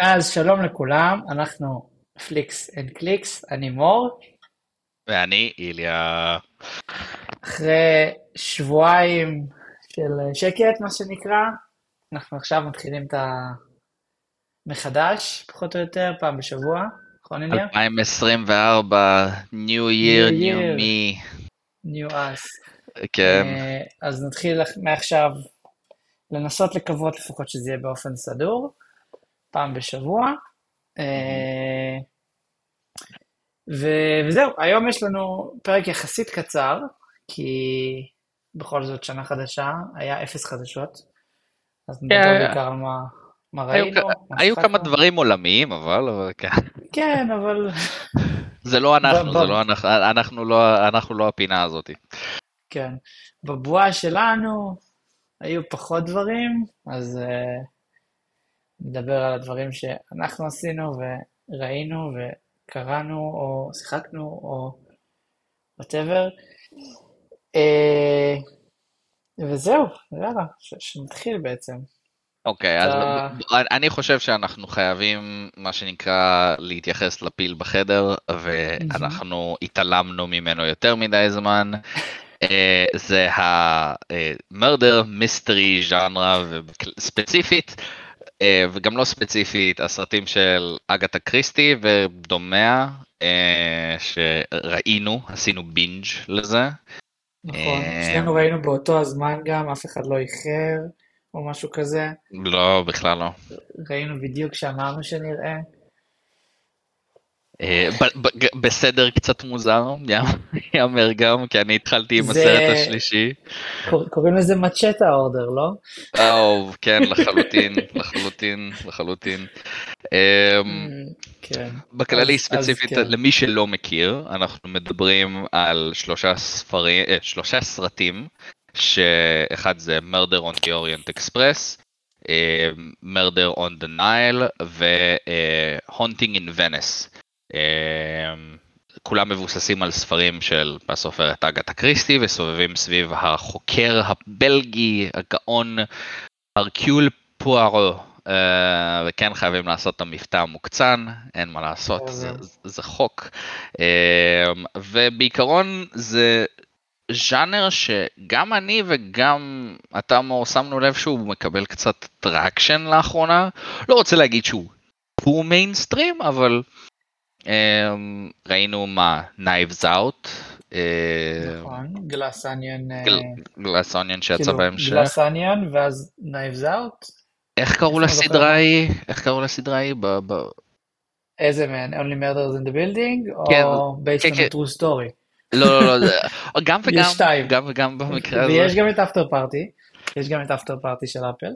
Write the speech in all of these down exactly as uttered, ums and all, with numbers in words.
אז שלום לכולם, אנחנו פליקס אנד קליקס, אני מור. ואני איליה. אחרי שבועיים של שקט, מה שנקרא, אנחנו עכשיו מתחילים את המחדש, פחות או יותר, פעם בשבוע, נכון איליה? אלפיים עשרים וארבע, New New Year, New Year, Me. New Us. כן. אה, אז נתחיל מעכשיו לנסות לקוות לפחות שזה יהיה באופן סדור, פעם בשבוע. מהמם. אה, ו- וזהו, היום יש לנו פרק יחסית קצר, כי בכל זאת שנה חדשה, היה אפס חדשות, אז נדבר כן, בעיקר על מה, מה היו, כ- ראינו, מה היו כמה שיחקנו. דברים עולמיים, אבל, אבל כן. כן, אבל זה לא ב- אנחנו, זה ב- לא אנחנו, אנחנו לא, אנחנו לא הפינה הזאת. כן, בבועה שלנו היו פחות דברים, אז uh, נדבר על הדברים שאנחנו עשינו וראינו וקראנו או שיחקנו או whatever. Uh, וזהו, יאללה, ש- שנתחיל בעצם. אוקיי, אז ב- אתה... ב- אני חושב שאנחנו חייבים, מה שנקרא, להתייחס לפיל בחדר, מהמם. ואנחנו התעלמנו ממנו יותר מדי זמן. אה, זה ה-murder mystery ז'אנרה, וספציפית, אה, וגם לא ספציפית, הסרטים של אגתה קריסטי ודומיה, אה, שראינו, עשינו בינג' לזה. נכון, אה, שנינו ראינו באותו הזמן גם, אף אחד לא איחר או משהו כזה. לא, בכלל לא. ראינו בדיוק כשאמרנו שנראה. אה, ב- ב- בסדר קצת מוזר, יאמר גם, כי אני התחלתי עם זה, הסרט השלישי. קור- קוראים לזה מצ'טה אורדר, לא? או, כן, לחלוטין, לחלוטין, לחלוטין. אמ, Mm, כן, בכללי אז, אז ספציפית, כן. למי שלא מכיר, אנחנו מדברים על שלושה ספרים, אה, שלושה סרטים, שאחד זה Murder on the Orient Express, אה, Murder on the Nile ו-Haunting in Venice. אה, כולם מבוססים על ספרים של הסופרת אגתה קריסטי וסובבים סביב החוקר הבלגי, הגאון הרקיול פוארו. Uh, וכן חייבים לעשות את המבטא המוקצן, אין מה לעשות, זה, חייבים. זה חוק. Uh, ובעיקרון זה ז'אנר שגם אני וגם אתה מור שמנו לב שהוא מקבל קצת טראקשן לאחרונה. לא רוצה להגיד שהוא הוא מיינסטרים, אבל uh, ראינו מה, Knives Out, uh, נכון, גלאס אניון, גלאס אוניון שיצא כאילו בהמשך. גלאס אניון ואז נייבס אאוט. איך קראו איפה אני זוכר לסדרה מה? ההיא? איך קראו לסדרה ההיא? ב- ב- איזה מהן? Only Murders in the Building כן, או כן, Based on כן, a True Story? לא, לא, לא, זה- גם יש וגם, שתיים. גם וגם במקרה הזה. ויש גם את אפטר פארטי. יש גם את אפטר פארטי של אפל.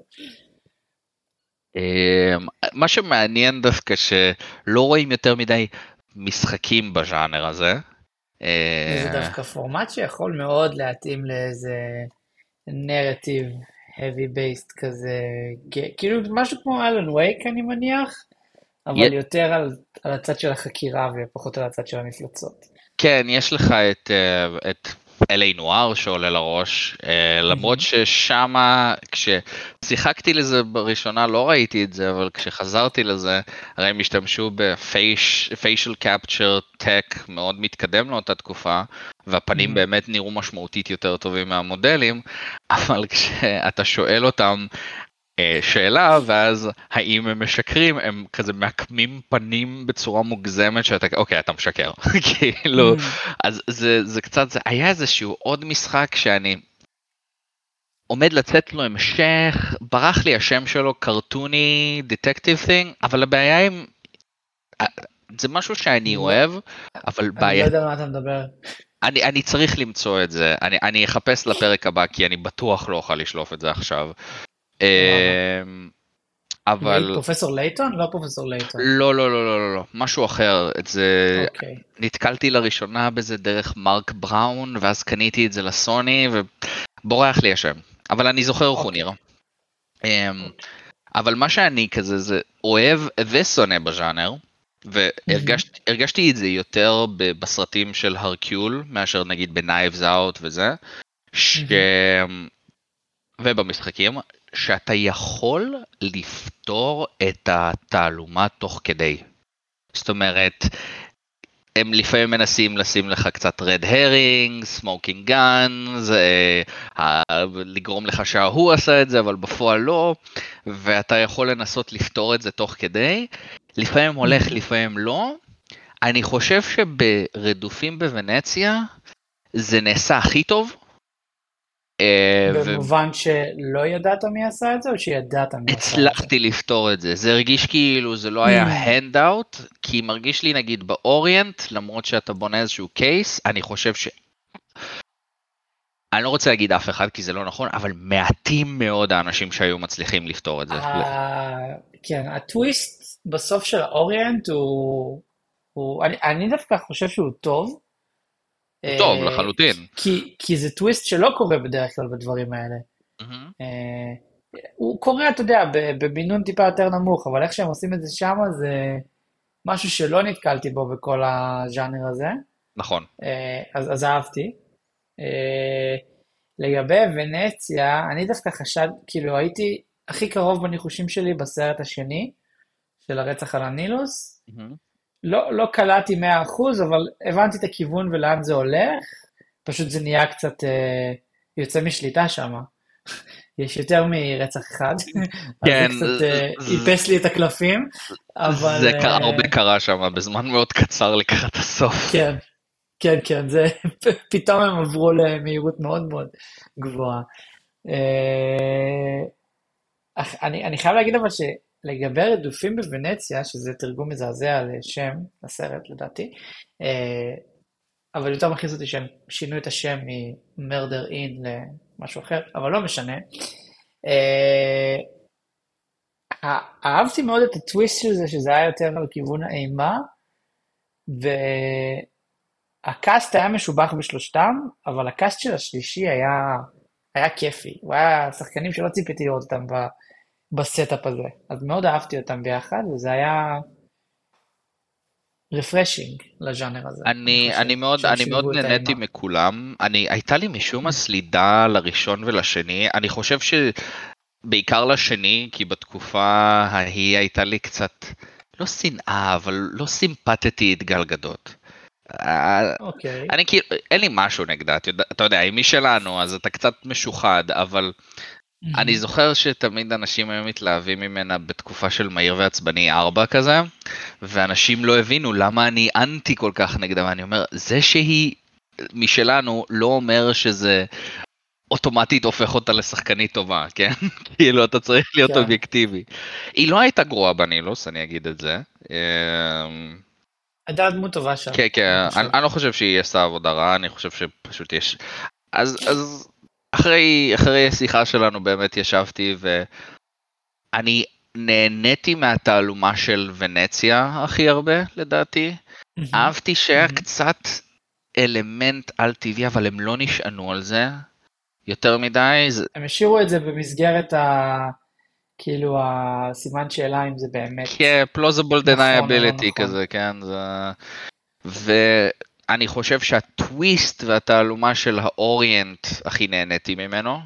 אמ, מה שמעניין דווקא שלא רואים יותר מדי משחקים בז'אנר הזה. וזה אה, דווקא פורמט שיכול מאוד להתאים לאיזה נרטיב heavy based כזה, ג- כאילו משהו כמו אלן וייק אני מניח, אבל י- יותר על, על הצד של החקירה ופחות על הצד של המפלצות. כן, יש לך את, אה, את אל איי נואר שעולה לראש, אה, למרות מהמם. ששמה, כששיחקתי לזה בראשונה לא ראיתי את זה, אבל כשחזרתי לזה, הרי הם השתמשו ב-facial capture tech מאוד מתקדם לאותה תקופה, והפנים מהמם. באמת נראו משמעותית יותר טובים מהמודלים, אבל כשאתה שואל אותם, אה, שאלה, ואז האם הם משקרים, הם כזה מעקמים פנים בצורה מוגזמת שאתה, אוקיי, אתה משקר, כאילו, מהמם. אז זה, זה קצת, זה היה איזשהו עוד משחק שאני עומד לצאת לו המשך, ברח לי השם שלו, קרטוני, דטקטיב תינג, אבל הבעיה עם, אה, זה משהו שאני לא, אוהב, אבל אני לא בעיה, יודע על מה אתה מדבר. אני, אני צריך למצוא את זה, אני, אני אחפש לפרק הבא, כי אני בטוח לא אוכל לשלוף את זה עכשיו. סבבה. אמ, לייט, אבל פרופסור לייטון? לא פרופסור לייטון. לא, לא, לא, לא, לא, לא, משהו אחר. את זה, אוקיי. נתקלתי לראשונה בזה דרך מרק בראון, ואז קניתי את זה לסוני, ובורח לי השם. אבל אני זוכר איך הוא אוקיי. נראה. אמ, אוקיי. אבל מה שאני כזה, זה אוהב ושונא בז'אנר, מהמם. והרגשתי את זה יותר ב- בסרטים של הרקיול, מאשר נגיד ב-Knives Out וזה, ש... מהמם. ובמשחקים, שאתה יכול לפתור את התעלומה תוך כדי. זאת אומרת, הם לפעמים מנסים לשים לך קצת רד הרינג, סמוקינג גאנס, לגרום לך שההוא עשה את זה, אבל בפועל לא, ואתה יכול לנסות לפתור את זה תוך כדי. לפעמים הולך, לפעמים לא. אני חושב שברדופים בוונציה זה נעשה הכי טוב. במובן שלא ידעת מי עשה את זה, או שידעת מי עשה את זה? הצלחתי לפתור את זה. זה הרגיש כאילו זה לא היה הנדאוט, כי מרגיש לי נגיד באוריינט, למרות שאתה בונה איזשהו קייס, אני חושב ש... אני לא רוצה להגיד אף אחד כי זה לא נכון, אבל מעטים מאוד האנשים שהיו מצליחים לפתור את זה. כן, הטוויסט בסוף של האוריינט הוא... אני דווקא חושב שהוא טוב. הוא טוב, לחלוטין. כי זה טוויסט שלא קורה בדרך כלל בדברים האלה. הוא קורה, אתה יודע, במינון טיפה יותר נמוך, אבל איך שהם עושים את זה שם, זה משהו שלא נתקלתי בו בכל הז'אנר הזה. נכון. אז, אז אהבתי. לגבי ונציה, אני דווקא חשד, כאילו הייתי הכי קרוב בניחושים שלי בסרט השני, של הרצח על הנילוס. לא, לא קלעתי מאה אחוז, אבל הבנתי את הכיוון ולאן זה הולך. פשוט זה נהיה קצת אה, יוצא משליטה שם. יש יותר מרצח אחד. כן. אז זה קצת אה, איפס לי את הקלפים. אבל... זה אה... הרבה קרה שם, בזמן מאוד קצר לקראת הסוף. כן, כן, כן. זה, פתאום הם עברו למהירות מאוד מאוד גבוהה. אה, אני, אני חייב להגיד אבל ש... לגבי רדופים בוונציה, שזה תרגום מזעזע לשם, לסרט לדעתי, אבל יותר מכניס אותי שהם שינו את השם מ-Murder In למשהו אחר, אבל לא משנה. אהבתי מאוד את הטוויסט של זה, שזה היה יותר על כיוון האימה, והקאסט היה משובח בשלושתם, אבל הקאסט של השלישי היה, היה כיפי. הוא היה שחקנים שלא ציפיתי לראות אותם ב... בסטאפ הזה. אז מאוד אהבתי אותם ביחד, וזה היה רפרשינג לז'אנר הזה. אני, אני מאוד, אני מאוד נהניתי מכולם. אני, הייתה לי משום הסלידה לראשון ולשני. אני חושב שבעיקר לשני, כי בתקופה ההיא הייתה לי קצת, לא שנאה, אבל לא סימפטתי את גלגדות. אוקיי. אני כאילו, אין לי משהו נגדה, אתה יודע, אם היא שלנו, אז אתה קצת משוחד, אבל... אני זוכר שתמיד אנשים היו מתלהבים ממנה בתקופה של מהיר ועצבני ארבע כזה, ואנשים לא הבינו למה אני אנטי כל כך נגדה, ואני אומר, זה שהיא משלנו לא אומר שזה אוטומטית הופך אותה לשחקנית טובה, כן? כאילו אתה צריך להיות כן. אובייקטיבי. היא לא הייתה גרועה בנילוס, אני אגיד את זה. הייתה דמות טובה שם. כן, כן, אני, אני לא חושב שהיא עושה עבודה רעה, אני חושב שפשוט יש... אז... אז... אחרי, אחרי השיחה שלנו באמת ישבתי ואני נהניתי מהתעלומה של ונציה הכי הרבה לדעתי. Mm-hmm. אהבתי שהיה mm-hmm. קצת אלמנט על טבעי, אבל הם לא נשענו על זה יותר מדי. הם השאירו את זה במסגרת ה... כאילו הסימן שאלה אם זה באמת... כן, plausible deniability כזה, כן. זה... ו... אני חושב שהטוויסט והתעלומה של האוריינט הכי נהניתי ממנו,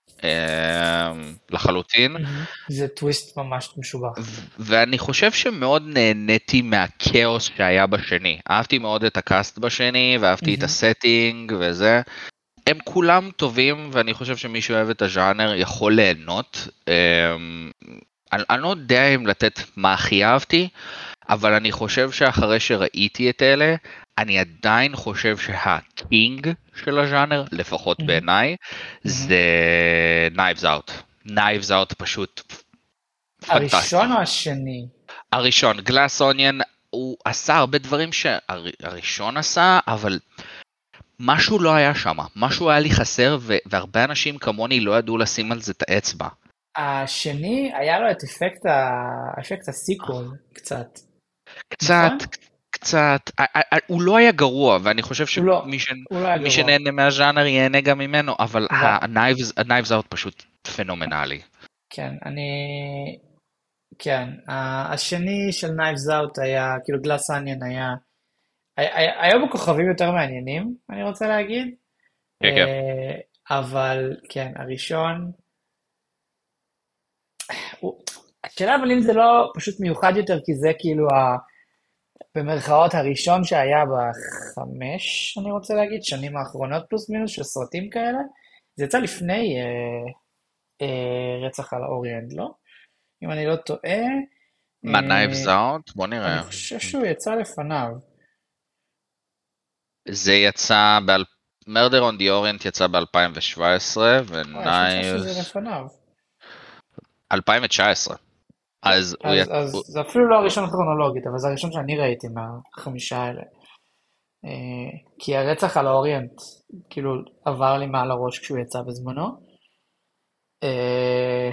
לחלוטין. זה טוויסט ממש משובח. ואני חושב שמאוד נהניתי מהכאוס שהיה בשני. אהבתי מאוד את הקאסט בשני, ואהבתי את הסטינג וזה. הם כולם טובים, ואני חושב שמי שאוהב את הז'אנר יכול ליהנות. אני לא יודע אם לתת מה הכי אהבתי, אבל אני חושב שאחרי שראיתי את אלה, אני עדיין חושב שהקינג של הז'אנר, לפחות mm-hmm. בעיניי, mm-hmm. זה Knives Out. Knives Out פשוט פנטסטי. הראשון או השני? הראשון, Glass Onion, הוא עשה הרבה דברים שהראשון עשה, אבל משהו לא היה שם. משהו היה לי חסר, והרבה אנשים כמוני לא ידעו לשים על זה את האצבע. השני, היה לו את אפקט, ה... אפקט הסיקוול, קצת. קצת, נכון? קצת, הוא לא היה גרוע, ואני חושב שמי לא, ש... לא שנהנה מהז'אנר ייהנה גם ממנו, אבל ה-Knives Out פשוט פנומנלי. כן, אני... כן, השני של Knives Out היה, כאילו Glass Onion היה... היו בו כוכבים יותר מעניינים, אני רוצה להגיד. כן, כן. אבל כן, הראשון... הוא- השאלה אבל אם זה לא פשוט מיוחד יותר, כי זה כאילו ה... במרכאות הראשון שהיה בחמש, אני רוצה להגיד, שנים האחרונות פלוס מינוס של סרטים כאלה, זה יצא לפני אה, אה, רצח על האוריינט, לא? אם אני לא טועה, מה, Knives אה, Out? בוא אני נראה. חושב שהוא יצא לפניו. זה יצא ב... Murder on the Orient יצא ב-אלפיים שבע עשרה, וואי, יש מצב שזה ו-Knives... לפניו. אלפיים תשע עשרה. אז הוא אז, יצא... אז זה אפילו לא הראשון כרונולוגית, אבל זה הראשון שאני ראיתי מהחמישה האלה. אה, כי הרצח על האוריינט, כאילו, עבר לי מעל הראש כשהוא יצא בזמנו. אה,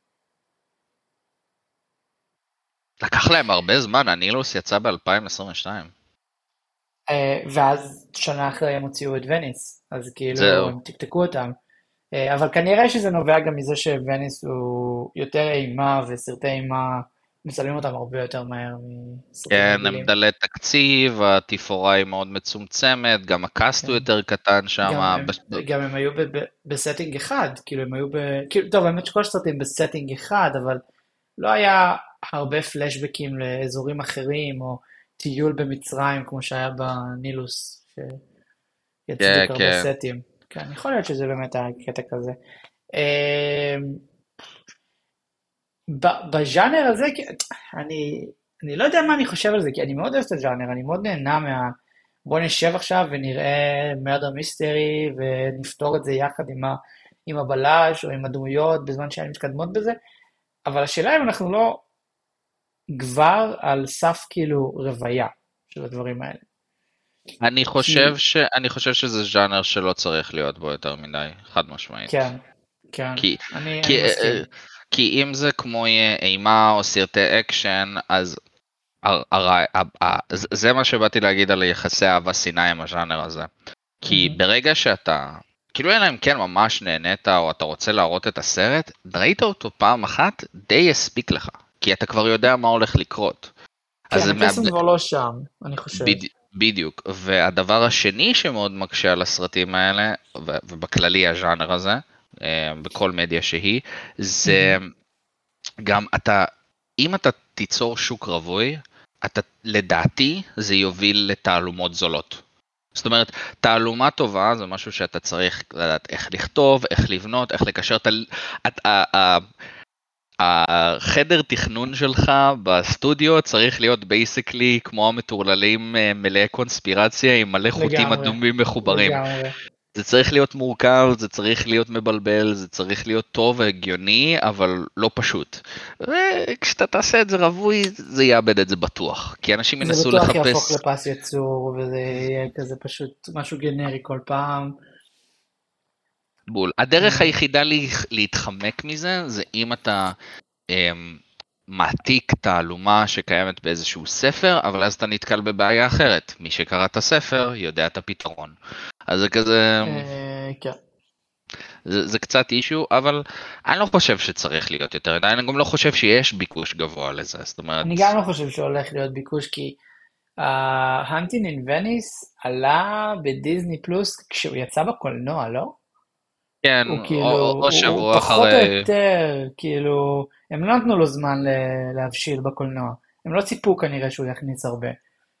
לקח להם הרבה זמן, הנילוס יצא ב-אלפיים עשרים ושתיים. אה, ואז שנה אחרי הם הוציאו את וניס, אז כאילו זהו. הם תקתקו אותם. אה, אבל כנראה שזה נובע גם מזה שווניס הוא יותר אימה, וסרטי אימה מצלמים אותם הרבה יותר מהר מסרטים כן, הם רגילים. דלי תקציב, התפאורה היא מאוד מצומצמת, גם הקאסט הוא כן. יותר קטן שם. גם הם, גם הם היו ב, ב, בסטינג אחד, כאילו הם היו ב... כאילו, טוב, האמת שכל סרטים בסטינג אחד, אבל לא היה הרבה פלשבקים לאזורים אחרים, או טיול במצרים, כמו שהיה בנילוס, כן, שיצדיק הרבה כן. סטים. כן, יכול להיות שזה באמת היה קטע כזה. אמ, ב- בז'אנר הזה, כי- אני, אני לא יודע מה אני חושב על זה, כי אני מאוד אוהב את הז'אנר, אני מאוד נהנה מה... בוא נשב עכשיו ונראה מרדר מיסטרי, ונפתור את זה יחד עם, ה, עם הבלש, או עם הדמויות, בזמן שהן מתקדמות בזה, אבל השאלה אם אנחנו לא כבר על סף כאילו רוויה של הדברים האלה. אני כי, חושב ש... אני חושב שזה ז'אנר שלא צריך להיות בו יותר מדי, חד משמעית. כן, כן, כי, אני, אני כי, מסכים. אה, כי אם זה כמו אימה או סרטי אקשן, אז הר- הר- ה- ה- זה זה מה שבאתי להגיד על יחסי אהבה שנאה עם הז'אנר הזה. כי מהמם. ברגע שאתה, כאילו אלא אם כן ממש נהנית או אתה רוצה להראות את הסרט, ראית אותו פעם אחת, די יספיק לך. כי אתה כבר יודע מה הולך לקרות. אז כן, זה הקסם מאבד... כבר לא שם, אני חושב. בד... בדיוק. והדבר השני שמאוד מקשה על הסרטים האלה, ו... ובכללי הז'אנר הזה, אה, בכל מדיה שהיא, זה מהמם. גם אתה, אם אתה תיצור שוק רווי, אתה, לדעתי, זה יוביל לתעלומות זולות. זאת אומרת, תעלומה טובה זה משהו שאתה צריך לדעת איך לכתוב, איך לבנות, איך לקשר את ה... את- ה- ה- החדר תכנון שלך בסטודיו צריך להיות בייסיקלי כמו המטורללים אה, מלאי קונספירציה עם מלא חוטים לגמרי, אדומים מחוברים. לגמרי. זה צריך להיות מורכב, זה צריך להיות מבלבל, זה צריך להיות טוב והגיוני, אבל לא פשוט. וכשאתה תעשה את זה רווי, זה יאבד את זה בטוח. כי אנשים זה ינסו בטוח יהפוך לחפש לפס ייצור, וזה יהיה כזה פשוט משהו גנרי כל פעם. בול. הדרך אה, היחידה לה- להתחמק מזה, זה אם אתה אמ, מעתיק תעלומה שקיימת באיזשהו ספר, אבל אז אתה נתקל בבעיה אחרת. מי שקרא את הספר יודע את הפתרון. אז זה כזה... אה, כן. זה, זה קצת אישו, אבל אני לא חושב שצריך להיות יותר מדי, אני גם לא חושב שיש ביקוש גבוה לזה, זאת אומרת, אני גם לא חושב שהולך להיות ביקוש, כי הנטין אין וניס עלה בדיזני פלוס כשהוא יצא בקולנוע, לא? כן, הוא או, כאילו, או, או הוא, הוא שבוע פחות או אחרי, יותר, כאילו, הם לא נתנו לו זמן ל- להבשיל בקולנוע. הם לא ציפו כנראה שהוא יכניס הרבה.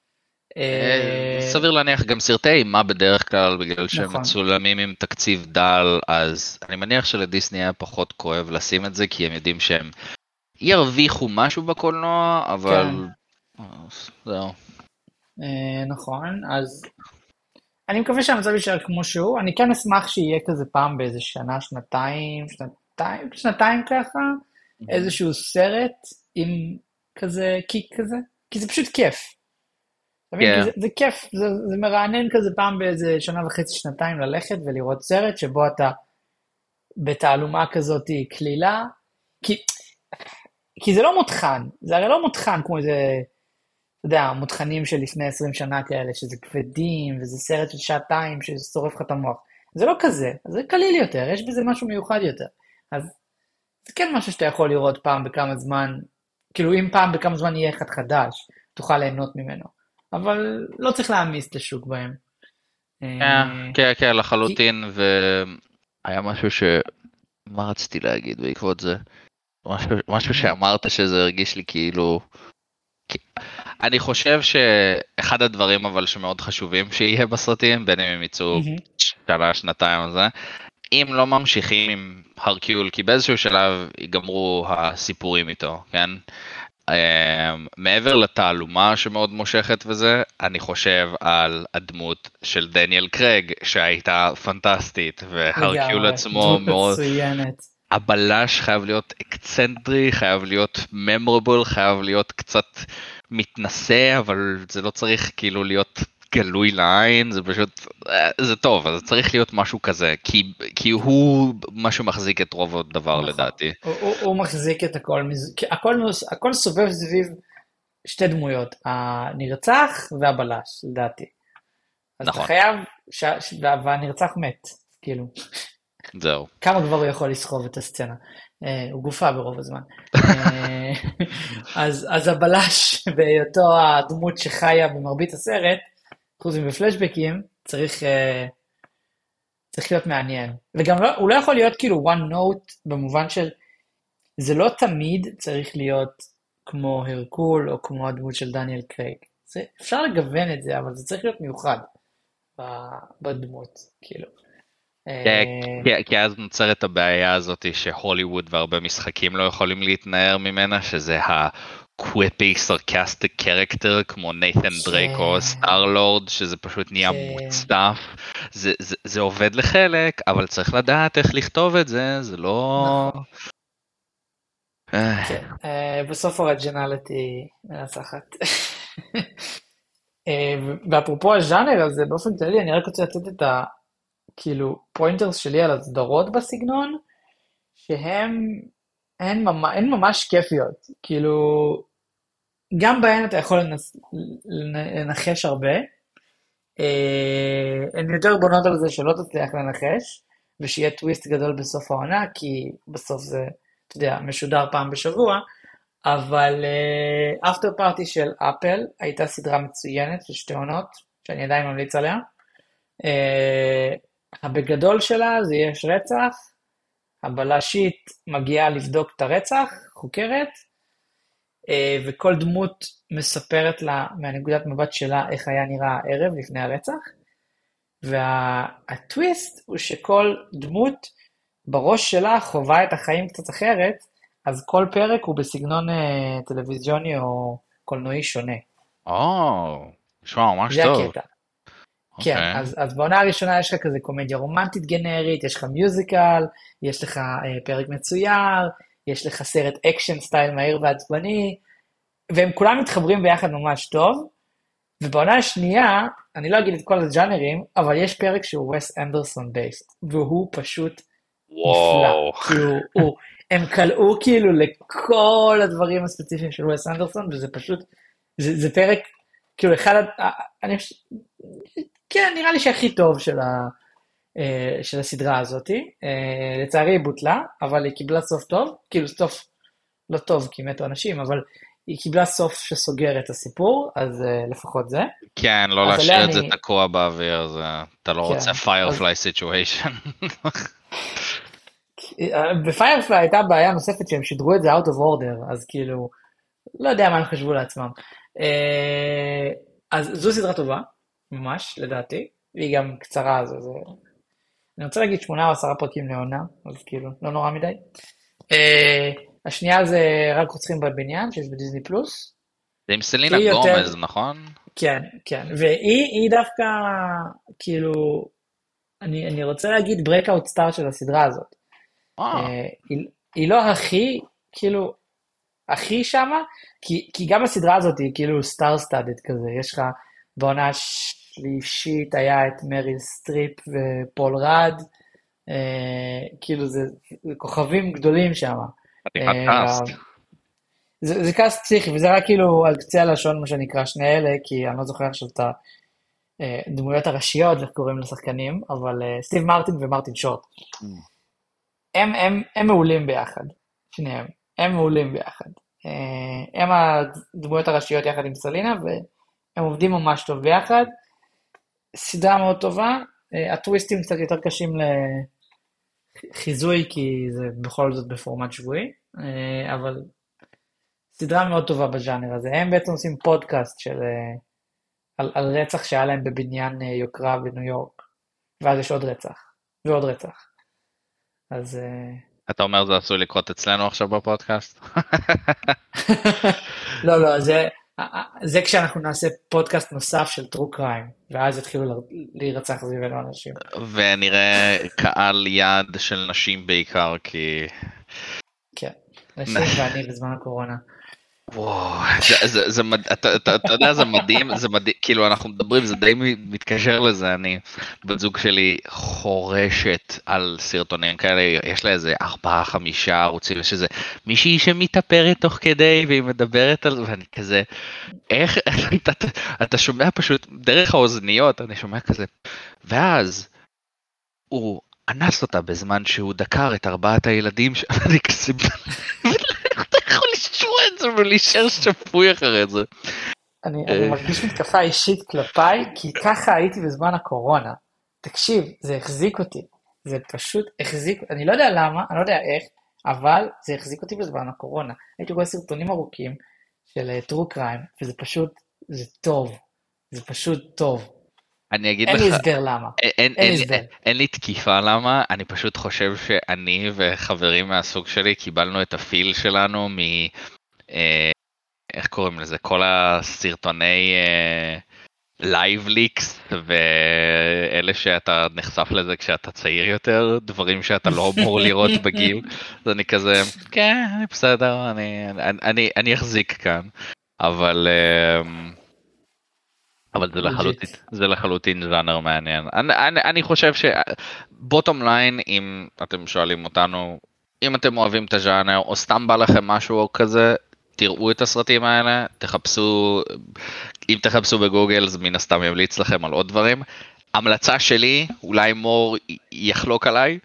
אה, אה, סביר להניח גם סרטי אימה בדרך כלל, בגלל שהם נכון. מצולמים עם תקציב דל, אז אני מניח שלדיסני היה פחות כואב לשים את זה, כי הם יודעים שהם ירוויחו משהו בקולנוע, כן, אבל אה, זהו. אה, נכון. אז אני מקווה שהמצב יישאר כמו שהוא. אני כן אשמח שיהיה כזה פעם באיזה שנה, שנתיים, שנתיים, שנתיים ככה, איזשהו סרט עם כזה קיק כזה, כי זה פשוט כיף. אתה מבין? כי כן, זה, זה כיף, זה, זה מרענן כזה פעם באיזה שנה וחצי, שנתיים ללכת ולראות סרט שבו אתה בתעלומה כזאת כלילה, כי, כי זה לא מותחן, זה הרי לא מותחן כמו איזה, אתה יודע, מותחנים של לפני עשרים שנה כאלה, שזה כבדים, וזה סרט של שעתיים ששורף לך את המוח. זה לא כזה, זה קליל יותר, יש בזה משהו מיוחד יותר. אז זה כן משהו שאתה יכול לראות פעם בכמה זמן, כאילו אם פעם בכמה זמן יהיה אחד חדש, תוכל ליהנות ממנו. אבל לא צריך להעמיס את השוק בהם. כן, אה, כן, כן, כי, לחלוטין, והיה משהו ש... מה רציתי להגיד בעקבות זה? משהו, משהו מהמם, שאמרת שזה הרגיש לי כאילו... אני חושב שאחד הדברים אבל שמאוד חשובים שיהיה בסרטים, בין אם הם יצאו מהמם, שנה, שנתיים או זה, אם לא ממשיכים עם הרקיול, כי באיזשהו שלב ייגמרו הסיפורים איתו, כן? Um, מעבר לתעלומה שמאוד מושכת וזה, אני חושב על הדמות של דניאל קרייג שהייתה פנטסטית, והרקיול לגמרי, עצמו דמות מאוד, מצוינת. הבלש חייב להיות אקצנטרי, חייב להיות ממורבל, חייב להיות קצת מתנשא, אבל זה לא צריך כאילו להיות גלוי לעין, זה פשוט, אה, זה טוב, אז צריך להיות משהו כזה, כי, כי הוא מה שמחזיק את רוב הדבר נכון. לדעתי. הוא, הוא, הוא מחזיק את הכל, מז- כי הכל, מוס- הכל סובב סביב שתי דמויות, הנרצח והבלש, לדעתי. אז אתה נכון, חייב, ש... ש... וה- והנרצח מת, כאילו, זהו. כמה כבר הוא יכול לסחוב את הסצנה? אה, הוא גופה ברוב הזמן. אה, אז, אז הבלש, בהיותו הדמות שחיה במרבית הסרט, חוץ מבפלשבקים, צריך, אה, צריך להיות מעניין. וגם לא, הוא לא יכול להיות כאילו one note, במובן של, זה לא תמיד צריך להיות כמו הרקול, או כמו הדמות של דניאל קרייג. זה, אפשר לגוון את זה, אבל זה צריך להיות מיוחד ב- בדמות, כאילו. אה, אה, כי כי אז נוצרת הבעיה הזאת שהוליווד והרבה משחקים לא יכולים להתנער ממנה, שזה הקוויפי סרקסטיק קרקטר כמו נייתן דרייק או כן, סטאר לורד, שזה פשוט נהיה כן, מוצטף. זה, זה, זה עובד לחלק, אבל צריך לדעת איך לכתוב את זה, זה לא... נכון, אה, כן. אה, בסוף אוריג'ינליטי מנצחת. אה, ואפרופו הז'אנר הזה, באופן כללי, אני רק רוצה לתת את ה... כאילו, פוינטרס שלי על הסדרות בסגנון, שהן הן ממ- הן ממש כיפיות. כאילו, גם בהן אתה יכול לנס, לנ- לנחש הרבה. אה, הן יותר בונות על זה שלא תצליח לנחש, ושיהיה טוויסט גדול בסוף העונה, כי בסוף זה, אתה יודע, משודר פעם בשבוע, אבל אפטר פארטי של אפל הייתה סדרה מצוינת של שתי עונות, שאני עדיין ממליץ עליה. אה, הבגדול שלה זה יש רצח, הבלשית מגיעה לבדוק את הרצח, חוקרת, אה, וכל דמות מספרת לה מהנקודת מבט שלה איך היה נראה הערב לפני הרצח, והטוויסט הוא שכל דמות בראש שלה חווה את החיים קצת אחרת, אז כל פרק הוא בסגנון אה, טלוויזיוני או קולנועי שונה. או, נשמע ממש זה טוב. הקטע. כן, אוקיי. אז, אז בעונה הראשונה יש לך כזה קומדיה רומנטית גנרית, יש לך מיוזיקל, יש לך אה, פרק מצויר, יש לך סרט אקשן סטייל מהיר ועצבני, והם כולם מתחברים ביחד ממש טוב, ובעונה השנייה, אני לא אגיד את כל הג'אנרים, אבל יש פרק שהוא וס אנדרסון בייסט, והוא פשוט נפלא. וואו. כאילו, הוא, הם קלעו כאילו לכל הדברים הספציפיים של וס אנדרסון, וזה פשוט, זה, זה פרק, כאילו אחד, ה- אני חושב, כן, נראה לי שהכי טוב של, ה, אה, של הסדרה הזאת. אה, לצערי היא בוטלה, אבל היא קיבלה סוף טוב, כאילו סוף לא טוב כי מתו אנשים, אבל היא קיבלה סוף שסוגר את הסיפור, אז uh, לפחות זה. כן, לא אז עליה להשאיר את זה אני, תקוע באוויר, זה... אתה לא כן, רוצה אז firefly situation. אה, בפיירפליי הייתה בעיה נוספת שהם שידרו את זה out of order, אז כאילו, לא יודע מה הם חשבו לעצמם. אה, אז זו סדרה טובה, ממש, לדעתי, והיא גם קצרה, אז זה... אני רוצה להגיד שמונה או עשרה פרקים לעונה, אז כאילו, לא נורא מדי. אה, השנייה זה רק רוצחים בבניין, שיש בדיסני פלוס. זה עם סלינה היא יותר, גומז, נכון? כן, כן, והיא היא דווקא, כאילו, אני, אני רוצה להגיד breakout star של הסדרה הזאת. אה, אה, היא, היא לא הכי, כאילו, הכי שמה, כי, כי גם הסדרה הזאת היא כאילו star studded כזה, יש לך בעונה השלישית היה את מריל סטריפ ופול רד, אה, כאילו זה, זה כוכבים גדולים שם. חתיכת אה, קאסט. זה, זה קאסט פסיכי, וזה רק כאילו על קצה הלשון, מה שנקרא, שני אלה, כי אני לא זוכר עכשיו את הדמויות הראשיות, איך קוראים לשחקנים, אבל אה, סטיב מרטין ומרטין שורט. הם, הם, הם מעולים ביחד, שניהם. הם מעולים ביחד. אה, הם הדמויות הראשיות יחד עם סלינה, והם עובדים ממש טוב ביחד. סדרה מאוד טובה. אה, הטוויסטים קצת יותר קשים חיזוי, כי זה בכל זאת בפורמט שבועי, אה, אבל סדרה מאוד טובה בז'אנר הזה. הם בעצם עושים פודקאסט של, אה, על, על רצח שהיה להם בבניין אה, יוקרה בניו יורק, ואז יש עוד רצח, ועוד רצח. אז... אה, אתה אומר זה עשוי לקרות אצלנו עכשיו בפודקאסט? לא, לא, זה, זה כשאנחנו נעשה פודקאסט נוסף של טרו קריים, ואז יתחילו להירצח סביבנו אנשים. ונראה קהל יעד של נשים בעיקר, כי... כן, נשים ואני בזמן הקורונה. וואו, זה, זה, זה, מד- אתה, אתה, אתה יודע, זה מדהים, זה מדהים, כאילו אנחנו מדברים, זה די מתקשר לזה, אני, בת זוג שלי חורשת על סרטונים כאלה, יש לה איזה ארבעה, חמישה ערוצים, יש איזה מישהי שמתאפרת תוך כדי, והיא מדברת על זה, ואני כזה, איך, אתה, אתה, אתה שומע פשוט, דרך האוזניות, אני שומע כזה, ואז, הוא אנס אותה בזמן שהוא דקר את ארבעת הילדים, ואני כזה... איך אתה יכול לשמוע את זה ולהישאר שפוי אחרי זה? אני, אני מרגיש מתקפה אישית כלפיי, כי ככה הייתי בזמן הקורונה. תקשיב, זה החזיק אותי. זה פשוט החזיק, אני לא יודע למה, אני לא יודע איך, אבל זה החזיק אותי בזמן הקורונה. הייתי רואה סרטונים ארוכים של טרו קריים, וזה פשוט, זה טוב. זה פשוט טוב. אני אגיד אין לך, לי הסבר למה. אין, אין אין, לי הסבר. אין, אין לי תקיפה למה, אני פשוט חושב שאני וחברים מהסוג שלי קיבלנו את הפיל שלנו מ... אה, איך קוראים לזה? כל הסרטוני לייב ליקס, ואלה שאתה נחשף לזה כשאתה צעיר יותר, דברים שאתה לא אמור לראות בגיל, אז אני כזה, כן, אני בסדר, אני, אני, אני, אני אחזיק כאן, אבל... אה, אבל זה לחלוטין, זה לחלוטין ז'אנר מעניין. אני, אני, אני חושב שבוטום ליין, אם אתם שואלים אותנו, אם אתם אוהבים את הז'אנר, או סתם בא לכם משהו כזה, תראו את הסרטים האלה, תחפשו, אם תחפשו בגוגל, אז מן הסתם ימליץ לכם על עוד דברים. המלצה שלי, אולי מור יחלוק עליי,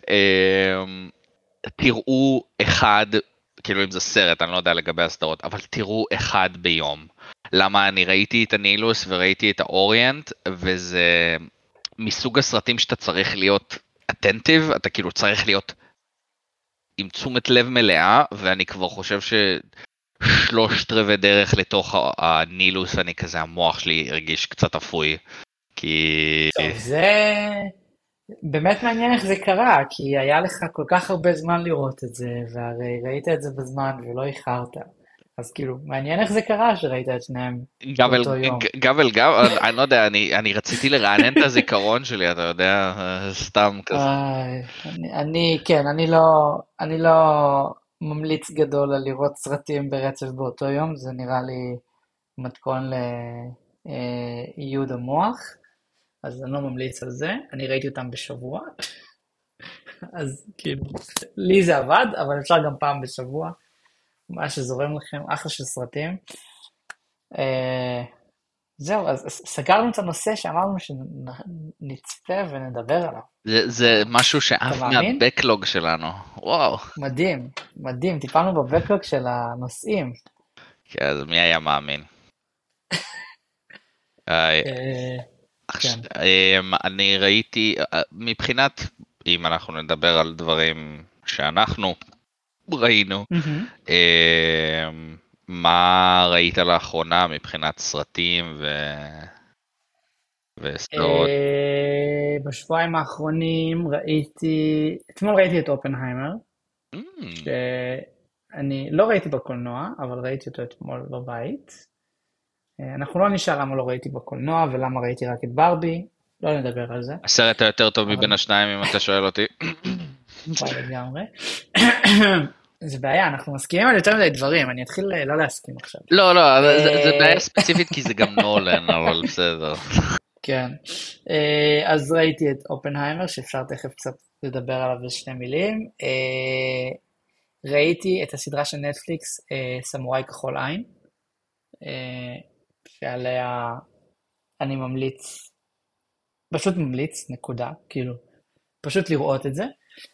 תראו אחד, כאילו אם זה סרט, אני לא יודע לגבי הסדרות, אבל תראו אחד ביום. למה אני ראיתי את הנילוס וראיתי את האוריינט, וזה מסוג הסרטים שאתה צריך להיות אטנטיב, אתה כאילו צריך להיות עם תשומת לב מלאה, ואני כבר חושב ששלושת רבעי דרך לתוך הנילוס, אני כזה, המוח שלי הרגיש קצת אפוי, כי... טוב, זה באמת מעניין איך זה קרה, כי היה לך כל כך הרבה זמן לראות את זה, והרי ראית את זה בזמן ולא איחרת. אז כאילו, מעניין איך זה קרה שראית את שניהם באותו יום. גבל גבל, אני לא יודע, אני רציתי לרענן את הזיכרון שלי, אתה יודע, סתם כזה. אני, כן, אני לא, אני לא ממליץ גדול על לראות סרטים ברצף באותו יום, זה נראה לי מתכון לעיוד המוח, אז אני לא ממליץ על זה, אני ראיתי אותם בשבוע, אז כאילו, לי זה עבד, אבל אפשר גם פעם בשבוע. מה שזורם לכם, אחלה של סרטים. זהו, אז סגרנו את הנושא שאמרנו שנצפה ונדבר עליו. זה משהו שאף מהבקלוג שלנו, וואו. מדהים, מדהים, טיפלנו בבקלוג של הנושאים. כן, אז מי היה מאמין? אני ראיתי, מבחינת, אם אנחנו נדבר על דברים שאנחנו, ראינו, מה ראית לאחרונה מבחינת סרטים וסדרות? בשבועיים האחרונים ראיתי, אתמול ראיתי את אופנהיימר, שאני לא ראיתי בקולנוע, אבל ראיתי אותו אתמול בבית. אנחנו לא נשאר למה לא ראיתי בקולנוע ולמה ראיתי רק את ברבי, לא נדבר על זה. הסרט היותר טוב מבין השניים אם אתה שואל אותי. ביי לגמרי. זה בעיה, אנחנו מסכימים על יותר מדי דברים, אני אתחיל לא להסכים עכשיו. לא, לא, זה בעיה ספציפית כי זה גם נולן, אבל בסדר. כן, אז ראיתי את אופנהיימר, שאפשר תכף קצת לדבר עליו בשני מילים. ראיתי את הסדרה של נטפליקס, סמוראי כחול עין, שעליה אני ממליץ, פשוט ממליץ, נקודה, כאילו, פשוט לראות את זה.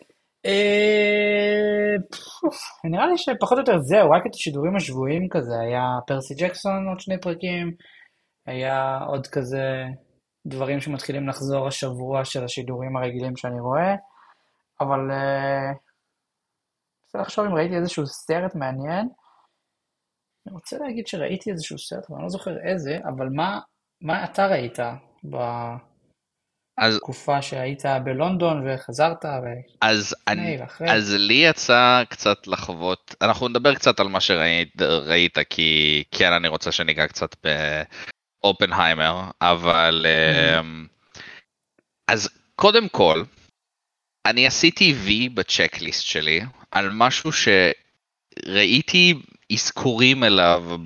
נראה לי שפחות או יותר זהו, רק את השידורים השבועיים כזה, היה פרסי ג'קסון עוד שני פרקים, היה עוד כזה דברים שמתחילים לחזור השבוע של השידורים הרגילים שאני רואה, אבל אה, רוצה לחשוב אם ראיתי איזשהו סרט מעניין. אני רוצה להגיד שראיתי איזשהו סרט, אבל אני לא זוכר איזה, אבל מה, מה אתה ראית אז, בתקופה שהיית בלונדון וחזרת אז, אני, ולפני ואחרי? אז לי יצא קצת לחוות, אנחנו נדבר קצת על מה שראית, ראית, כי כן, אני רוצה שניגע קצת באופנהיימר, אבל מהמם. אמ, אז קודם כל, אני עשיתי וי בצ'קליסט שלי על משהו שראיתי אזכורים אליו ב...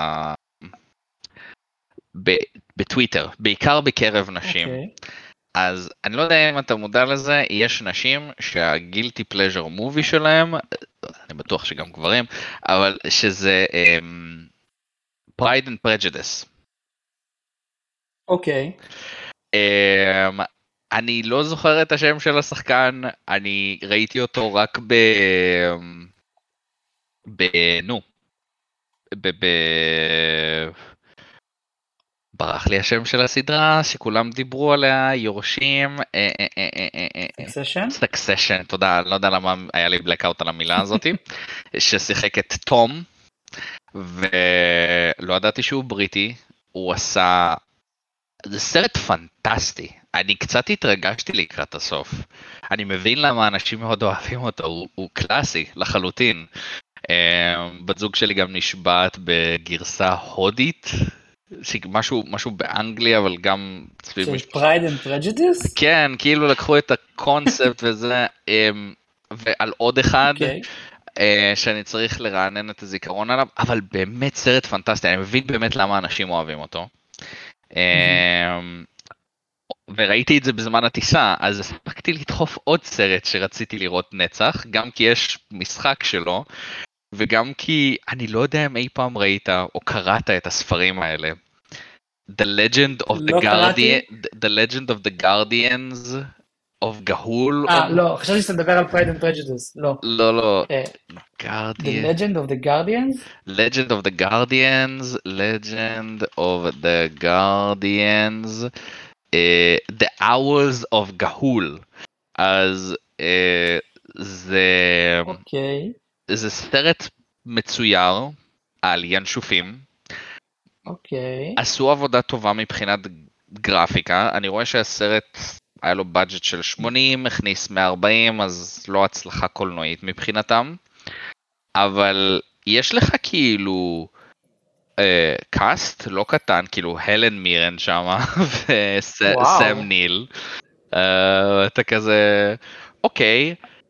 ב... בטוויטר, בעיקר בקרב נשים. אוקיי. אז אני לא יודע אם אתה מודע לזה, יש נשים שהגילטי פלז'ר מובי שלהם, אני בטוח שגם גברים, אבל שזה um, Pride and Prejudice. אוקיי. Um, אני לא זוכר את השם של השחקן, אני ראיתי אותו רק ב... ב... נו. ב... ב... ברח לי השם של הסדרה שכולם דיברו עליה, יורשים, סקסשן? סקסשן, תודה, אני לא יודע למה היה לי בלקאוט על המילה הזאת, ששיחק את תום, ולא ידעתי שהוא בריטי, הוא עשה, זה סרט פנטסטי, אני קצת התרגשתי לקראת הסוף, אני מבין למה אנשים מאוד אוהבים אותו, הוא, הוא קלאסי לחלוטין, בת זוג שלי גם נשבעת בגרסה הודית, משהו, משהו באנגליה, אבל גם סביב של משפחה. Pride and Prejudice? כן, כאילו לקחו את הקונספט וזה, ועל עוד אחד, אוקיי. שאני צריך לרענן את הזיכרון עליו, אבל באמת סרט פנטסטי, אני מבין באמת למה אנשים אוהבים אותו. מהמם. וראיתי את זה בזמן הטיסה, אז הספקתי לדחוף עוד סרט שרציתי לראות נצח, גם כי יש משחק שלו, וגם כי אני לא יודע אם אי פעם ראית או קראת את הספרים האלה. The Legend of the לא Guardian, קראתי. The Legend of the Guardians of Gahul. אה, of... לא, חשבתי שאתה מדבר על Pride and Prejudice. לא. לא, לא. אה, The Guardian. Legend of the Guardians? Legend of the Guardians. Legend of the Guardians. Uh, the Owls of Gahul. אז uh, זה, אוקיי. זה סרט מצויר על ינשופים. אוקיי. עשו עבודה טובה מבחינת גרפיקה, אני רואה שהסרט היה לו בדג'ט של שמונים, הכניס מאה וארבעים, אז לא הצלחה קולנועית מבחינתם, אבל יש לך כאילו אה, קאסט לא קטן, כאילו הלן מירן שמה, וסם וואו. ניל, אה, אתה כזה, אוקיי,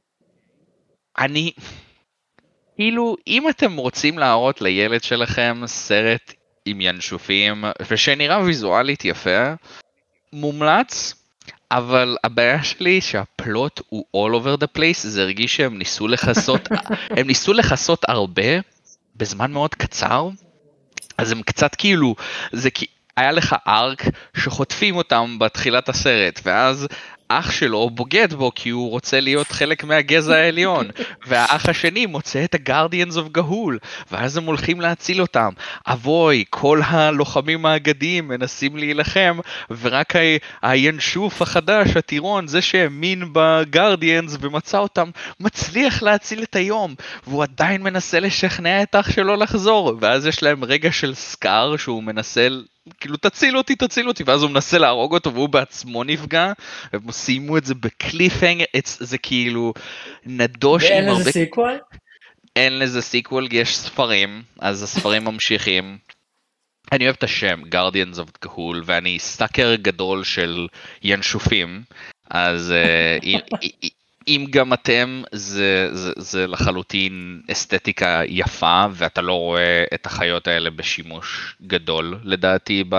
אני, כאילו, אם אתם רוצים להראות לילד שלכם סרט עם ינשופים, ושנראה ויזואלית יפה, מומלץ, אבל הבעיה שלי היא שהפלוט הוא all over the place, זה הרגיש שהם ניסו לחסות, הם ניסו לחסות הרבה, בזמן מאוד קצר, אז הם קצת כאילו, זה כי היה לך ארק שחוטפים אותם בתחילת הסרט, ואז אח שלו בוגד בו כי הוא רוצה להיות חלק מהגזע העליון, והאח השני מוצא את הגארדיאנס אוף גהול, ואז הם הולכים להציל אותם. אבוי, כל הלוחמים האגדיים מנסים להילחם, ורק הינשוף החדש, הטירון, זה שהאמין בגארדיאנס ומצא אותם, מצליח להציל את היום, והוא עדיין מנסה לשכנע את אח שלו לחזור, ואז יש להם רגע של סקאר שהוא מנסה, כאילו תציל אותי, תציל אותי, ואז הוא מנסה להרוג אותו והוא בעצמו נפגע, והם סיימו את זה בקליפהנגר, זה כאילו נדוש עם ואין הרבה... לזה סיקוול? אין לזה סיקוול, יש ספרים, אז הספרים ממשיכים. אני אוהב את השם, Guardians of Gahul, ואני סטאקר גדול של ינשופים, אז אם, אם גם אתם, זה, זה, זה לחלוטין אסתטיקה יפה, ואתה לא רואה את החיות האלה בשימוש גדול, לדעתי, ב...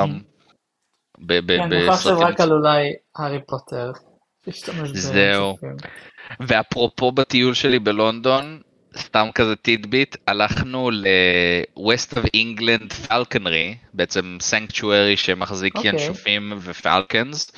ב, ב, כן, אני חושב בסרטים. רק על אולי הארי פוטר. להשתמש זהו. בינשופים. ואפרופו בטיול שלי בלונדון, סתם כזה טידביט, הלכנו ל-West of England Falconry, בעצם סנקטוארי שמחזיק אוקיי. ינשופים ופלקונס,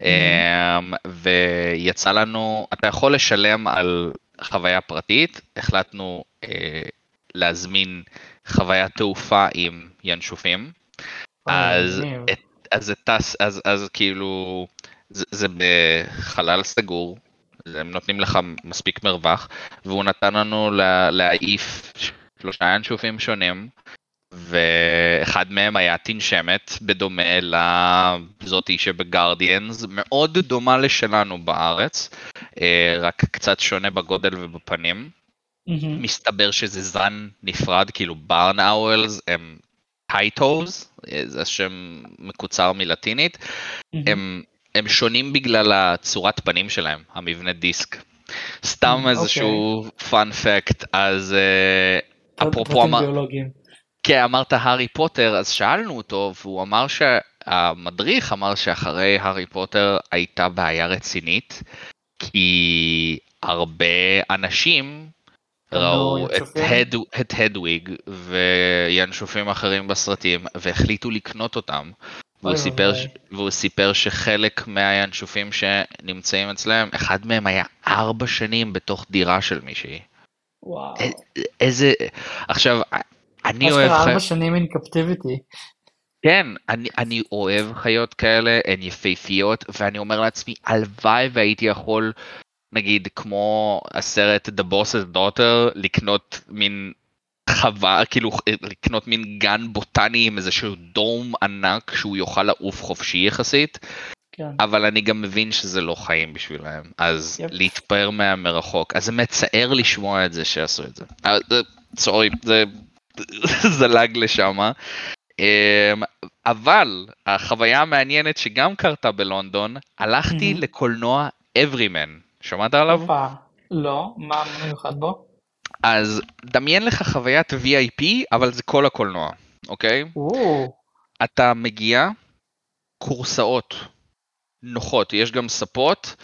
ויצא לנו, אתה יכול לשלם על חוויה פרטית, החלטנו להזמין חוויית תעופה עם ינשופים, אז אז זה טס, אז כאילו, זה בחלל סגור, הם נותנים לך מספיק מרווח, והוא נתן לנו להעיף שלושה ינשופים שונים, ואחד מהם היה תנשמת, בדומה לזאתי שבגרדיאנס, מאוד דומה לשלנו בארץ, רק קצת שונה בגודל ובפנים. מסתבר שזה זן נפרד, כאילו ברן אוולס הם טייטוז, זה שם מקוצר מלטינית, הם, הם שונים בגלל הצורת פנים שלהם, המבנה דיסק. סתם איזשהו פאנ פקט, אז אפרופו אמר... כן, אמרת הארי פוטר, אז שאלנו אותו, והוא אמר שהמדריך אמר שאחרי הארי פוטר הייתה בעיה רצינית, כי הרבה אנשים ראו את הדוויג וינשופים אחרים בסרטים, והחליטו לקנות אותם, והוא סיפר, והוא סיפר שחלק מהינשופים שנמצאים אצלם, אחד מהם היה ארבע שנים בתוך דירה של מישהי. וואו. איזה, עכשיו, אני אוהב... אוהב... ארבע שנים in captivity. כן, אני, אני אוהב חיות כאלה, הן יפהפיות, ואני אומר לעצמי, הלוואי והייתי יכול, נגיד, כמו הסרט The Boss's Daughter, לקנות מין חווה, כאילו, לקנות מין גן בוטני עם איזשהו דום ענק, שהוא יוכל לעוף חופשי יחסית, כן. אבל אני גם מבין שזה לא חיים בשבילהם, אז yep. להתפאר מהמרחוק, אז זה מצער לשמוע את זה שעשו את זה. סורי, זה... זלג לשם, אבל החוויה המעניינת שגם קרתה בלונדון, הלכתי לקולנוע Everyman, שמעת עליו? לא, מה מיוחד בו? אז דמיין לך חוויית וי איי פי, אבל זה כל הקולנוע, אוקיי? אתה מגיע, קורסאות נוחות, יש גם ספות,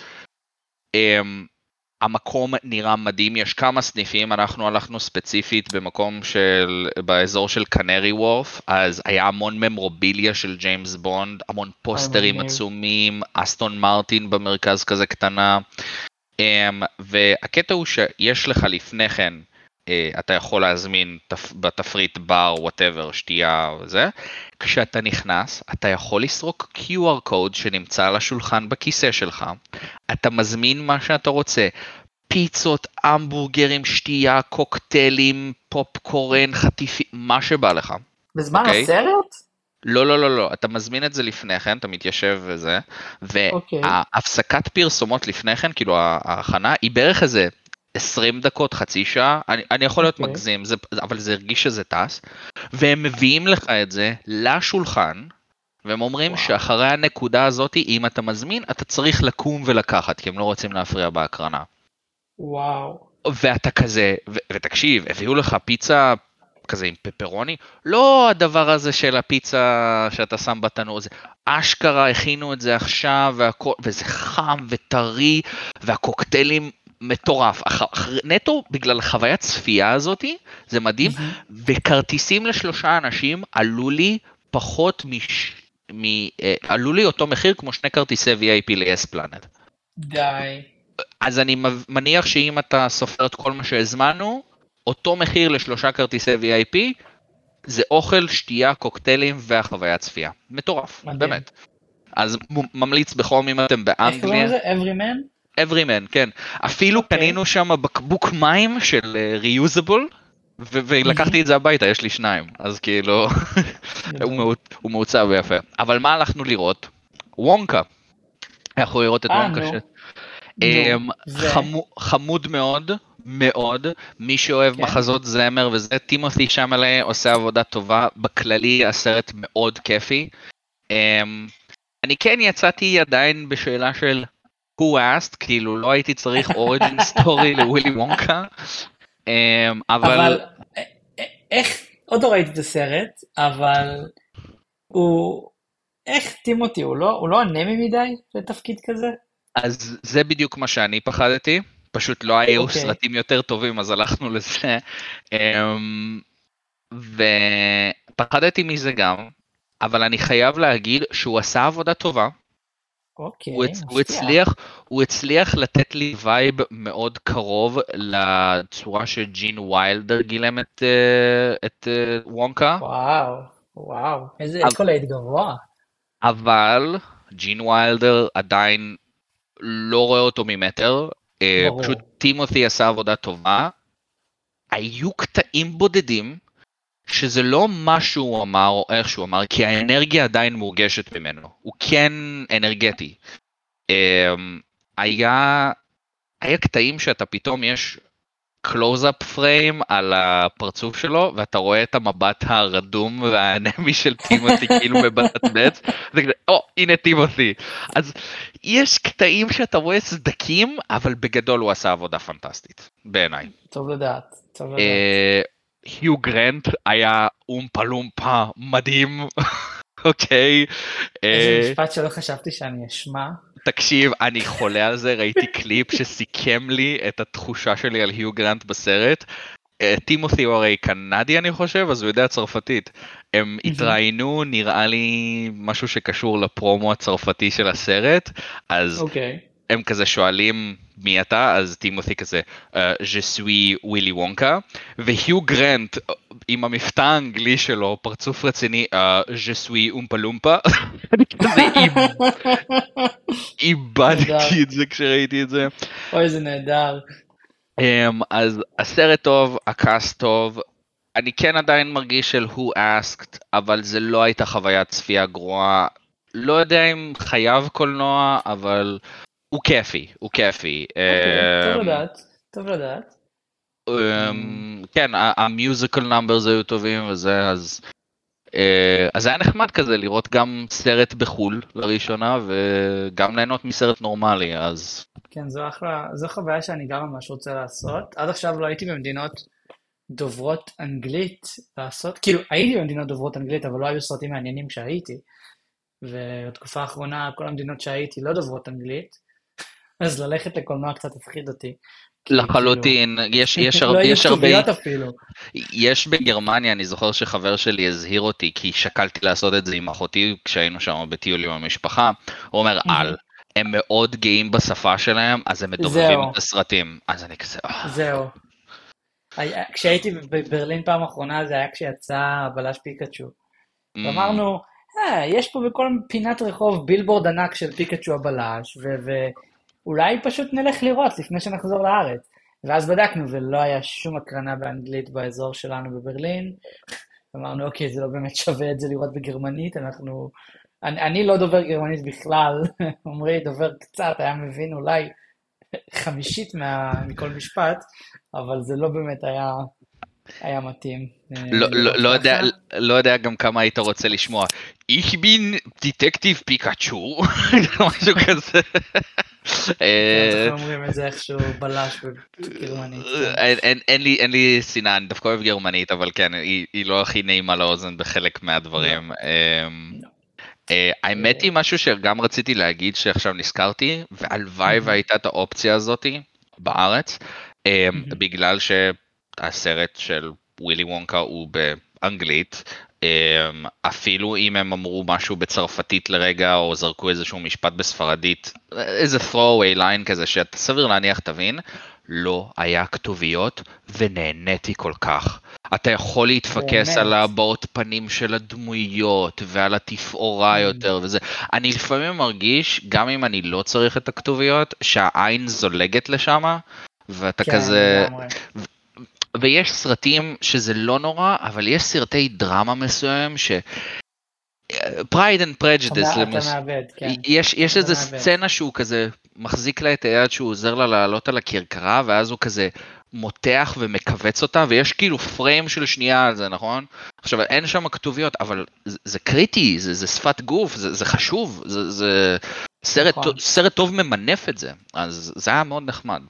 המקום נראה מדהים, יש כמה סניפים, אנחנו הלכנו ספציפית במקום של, באזור של קנרי וורף, אז היה המון ממורביליה של ג'יימס בונד, המון פוסטרים עצומים, אסטון מרטין במרכז כזה קטנה, והקטע הוא שיש לך לפני כן, אתה יכול להזמין בתפריט בר, whatever, שתייה וזה, כשאתה נכנס, אתה יכול לסרוק קיו אר קוד שנמצא על השולחן בכיסא שלך, אתה מזמין מה שאתה רוצה, פיצות, המבורגרים, שתייה, קוקטיילים, פופקורן, חטיפי, מה שבא לך. בזמן okay? הסרט? לא, לא, לא, לא, אתה מזמין את זה לפני כן, אתה מתיישב וזה, וההפסקת okay. פרסומות לפני כן, כאילו ההכנה, היא בערך איזה עשרים דקות, חצי שעה, אני, אני יכול להיות okay. מגזים, זה, אבל זה הרגיש שזה טס, והם מביאים לך את זה לשולחן, והם אומרים wow. שאחרי הנקודה הזאת, אם אתה מזמין, אתה צריך לקום ולקחת, כי הם לא רוצים להפריע בהקרנה. וואו. ואתה כזה, ו- ותקשיב, הביאו לך פיצה כזה עם פפרוני, לא הדבר הזה של הפיצה שאתה שם בתנור, זה אשכרה, הכינו את זה עכשיו, והכל, וזה חם וטרי, והקוקטיילים מטורף. אח, אח, נטו, בגלל החוויית צפייה הזאת, זה מדהים, mm-hmm. וכרטיסים לשלושה אנשים עלו לי פחות מש... מ... עלו לי אותו מחיר כמו שני כרטיסי וי איי פי ל-Yes Planet. די. אז אני מניח שאם אתה סופר את כל מה שהזמנו, אותו מחיר לשלושה כרטיסי וי איי פי, זה אוכל, שתייה, קוקטיילים והחוויית צפייה. מטורף, מדהים. באמת. אז ממליץ בחום אם אתם באנגליה. איך קוראים לזה? Everyman? Everyman, כן. אפילו okay. קנינו שם בקבוק מים של uh, reusable, ו- ולקחתי את זה הביתה, יש לי שניים. אז כאילו, הוא, הוא מעוצב ויפה. אבל מה הלכנו לראות? וונקה. אנחנו לראות את וונקה ש... חמוד מאוד, מאוד, מי שאוהב מחזות זמר וזה, טימותי שמלה עושה עבודה טובה, בכללי הסרט מאוד כיפי. אני כן יצאתי עדיין בשאלה של who asked, כאילו לא הייתי צריך אוריג'ין סטורי לווילי וונקה, אבל... איך, עוד לא ראיתי את הסרט, אבל הוא, איך טימותי, הוא לא אנמי מדי לתפקיד כזה? אז זה בדיוק מה שאני פחדתי, פשוט לא היו okay. סרטים יותר טובים, אז הלכנו לזה, ופחדתי מזה גם, אבל אני חייב להגיד שהוא עשה עבודה טובה, okay, הוא, הוא, הצליח, הוא הצליח לתת לי וייב מאוד קרוב לצורה שג'ין ויילדר גילם את, את וונקה. וואו, וואו, איזה אקולייט גבוה. אבל ג'ין ויילדר עדיין לא רואה אותו ממטר, אה, פשוט ברור. טימותי עשה עבודה טובה. היו קטעים בודדים, שזה לא מה שהוא אמר או איך שהוא אמר, כי האנרגיה עדיין מורגשת ממנו. הוא כן אנרגטי. אה, היה, היה קטעים שאתה פתאום יש קלוז-אפ פריים על הפרצוף שלו, ואתה רואה את המבט הרדום והאנמי של טימותי כאילו מבצבץ, זה כזה, או, הנה טימותי. אז יש קטעים שאתה רואה סדקים, אבל בגדול הוא עשה עבודה פנטסטית, בעיניי. טוב לדעת, טוב לדעת. אה, היו גרנט היה אומפה לומפה מדהים, אוקיי. איזה אה, משפט שלא חשבתי שאני אשמע. תקשיב, אני חולה על זה, ראיתי קליפ שסיכם לי את התחושה שלי על היו גרנט בסרט. אה, טימותי הוא הרי קנדי אני חושב, אז הוא יודע צרפתית. הם התראיינו, נראה לי משהו שקשור לפרומו הצרפתי של הסרט, אז אוקיי. הם כזה שואלים מי אתה, אז טימותי כזה, אה, Je suis ווילי וונקה, והיו גרנט עם המבטא האנגלי שלו, פרצוף רציני, אה, Je suis אומפה לומפה, אני כזה איבדתי את זה כשראיתי את זה. אוי, זה נהדר. Um, אז הסרט טוב, הקאסט טוב, אני כן עדיין מרגיש של who asked, אבל זה לא הייתה חוויית צפייה גרועה, לא יודע אם חייב קולנוע, אבל הוא כיפי, הוא כיפי. אוקיי, טוב Um, לדעת, טוב לדעת. um, אמ, כן, המיוזיקל נאמברס היו טובים וזה, אז, uh, אז היה נחמד כזה לראות גם סרט בחול לראשונה, וגם ליהנות מסרט נורמלי, אז... כן, זו אחלה, זו חוויה שאני גם ממש רוצה לעשות. עד עכשיו לא הייתי במדינות דוברות אנגלית לעשות, כאילו הייתי במדינות דוברות אנגלית, אבל לא היו סרטים מעניינים כשהייתי. ובתקופה האחרונה כל המדינות שהייתי לא דוברות אנגלית, אז ללכת לקולנוע קצת הפחיד אותי. כי כאילו, לחלוטין, יש, יש, לא הר- היו יש הרבה, כתוביות אפילו. יש בגרמניה, אני זוכר שחבר שלי הזהיר אותי, כי שקלתי לעשות את זה עם אחותי כשהיינו שם בטיול עם המשפחה, הוא אומר, אל, הם מאוד גאים בשפה שלהם, אז הם מדובבים זהו, את הסרטים, אז אני כזה, "אה, זהו. היה- כשהייתי בברלין פעם אחרונה, זה היה כשיצא בלש פיקאצ'ו. אמ, ואמרנו, אה, יש פה בכל פינת רחוב בילבורד ענק של פיקאצ'ו הבלש, ו- ואולי פשוט נלך לראות לפני שנחזור לארץ. ואז בדקנו, ולא היה שום הקרנה באנגלית באזור שלנו בברלין. אמרנו, אוקיי, זה לא באמת שווה את זה לראות בגרמנית, אנחנו... אני, אני לא דובר גרמנית בכלל, עמרי דובר קצת, היה מבין אולי חמישית מה, מכל משפט, אבל זה לא באמת היה, היה מתאים אה, לא, לא, לראות לא יודע, ככה. לא יודע גם כמה היית רוצה לשמוע, איך בין דטקטיב פיקאצ'ו, משהו כזה. כן, בטח אה, לא אומרים את זה איכשהו בלש בגרמנית, כן. אין, אין, אין לי, אין לי שנאה, אני דווקא אוהב גרמנית, אבל כן, היא, היא לא הכי נעימה לאוזן בחלק לא, מהדברים. אמ, לא. אה, האמת היא אה, משהו שגם רציתי להגיד שעכשיו נזכרתי, והלוואי מהמם, והייתה את האופציה הזאתי בארץ, אמ, מהמם. בגלל שהסרט של ווילי וונקה הוא באנגלית, אמ, אפילו אם הם אמרו משהו בצרפתית לרגע, או זרקו איזשהו משפט בספרדית, איזה throwaway line כזה, שאתה סביר להניח תבין, לא היה כתוביות, ונהניתי כל כך. אתה יכול להתפקס על באמת. הבעות פנים של הדמויות ועל התפאורה Mm, יותר וזה. אני לפעמים מרגיש, גם אם אני לא צריך את הכתוביות, שהעין זולגת לשם, ואתה כן, כזה... לגמרי. ויש סרטים שזה לא נורא, אבל יש סרטי דרמה מסוים ש... Pride and אתה, Prejudice, מא- אתה למס... מאבד, כן. יש, יש אתה איזה מאבד. סצנה שהוא כזה מחזיק לה את היד שהוא עוזר לה לעלות על הכרכרה, ואז הוא כזה מותח ומכווץ אותה, ויש כאילו פריים של שנייה על זה, נכון? עכשיו, אין שם כתוביות, אבל זה, זה קריטי, זה, זה שפת גוף, זה, זה חשוב, זה, זה סרט, נכון. סרט טוב ממנף את זה, אז זה היה מאוד נחמד.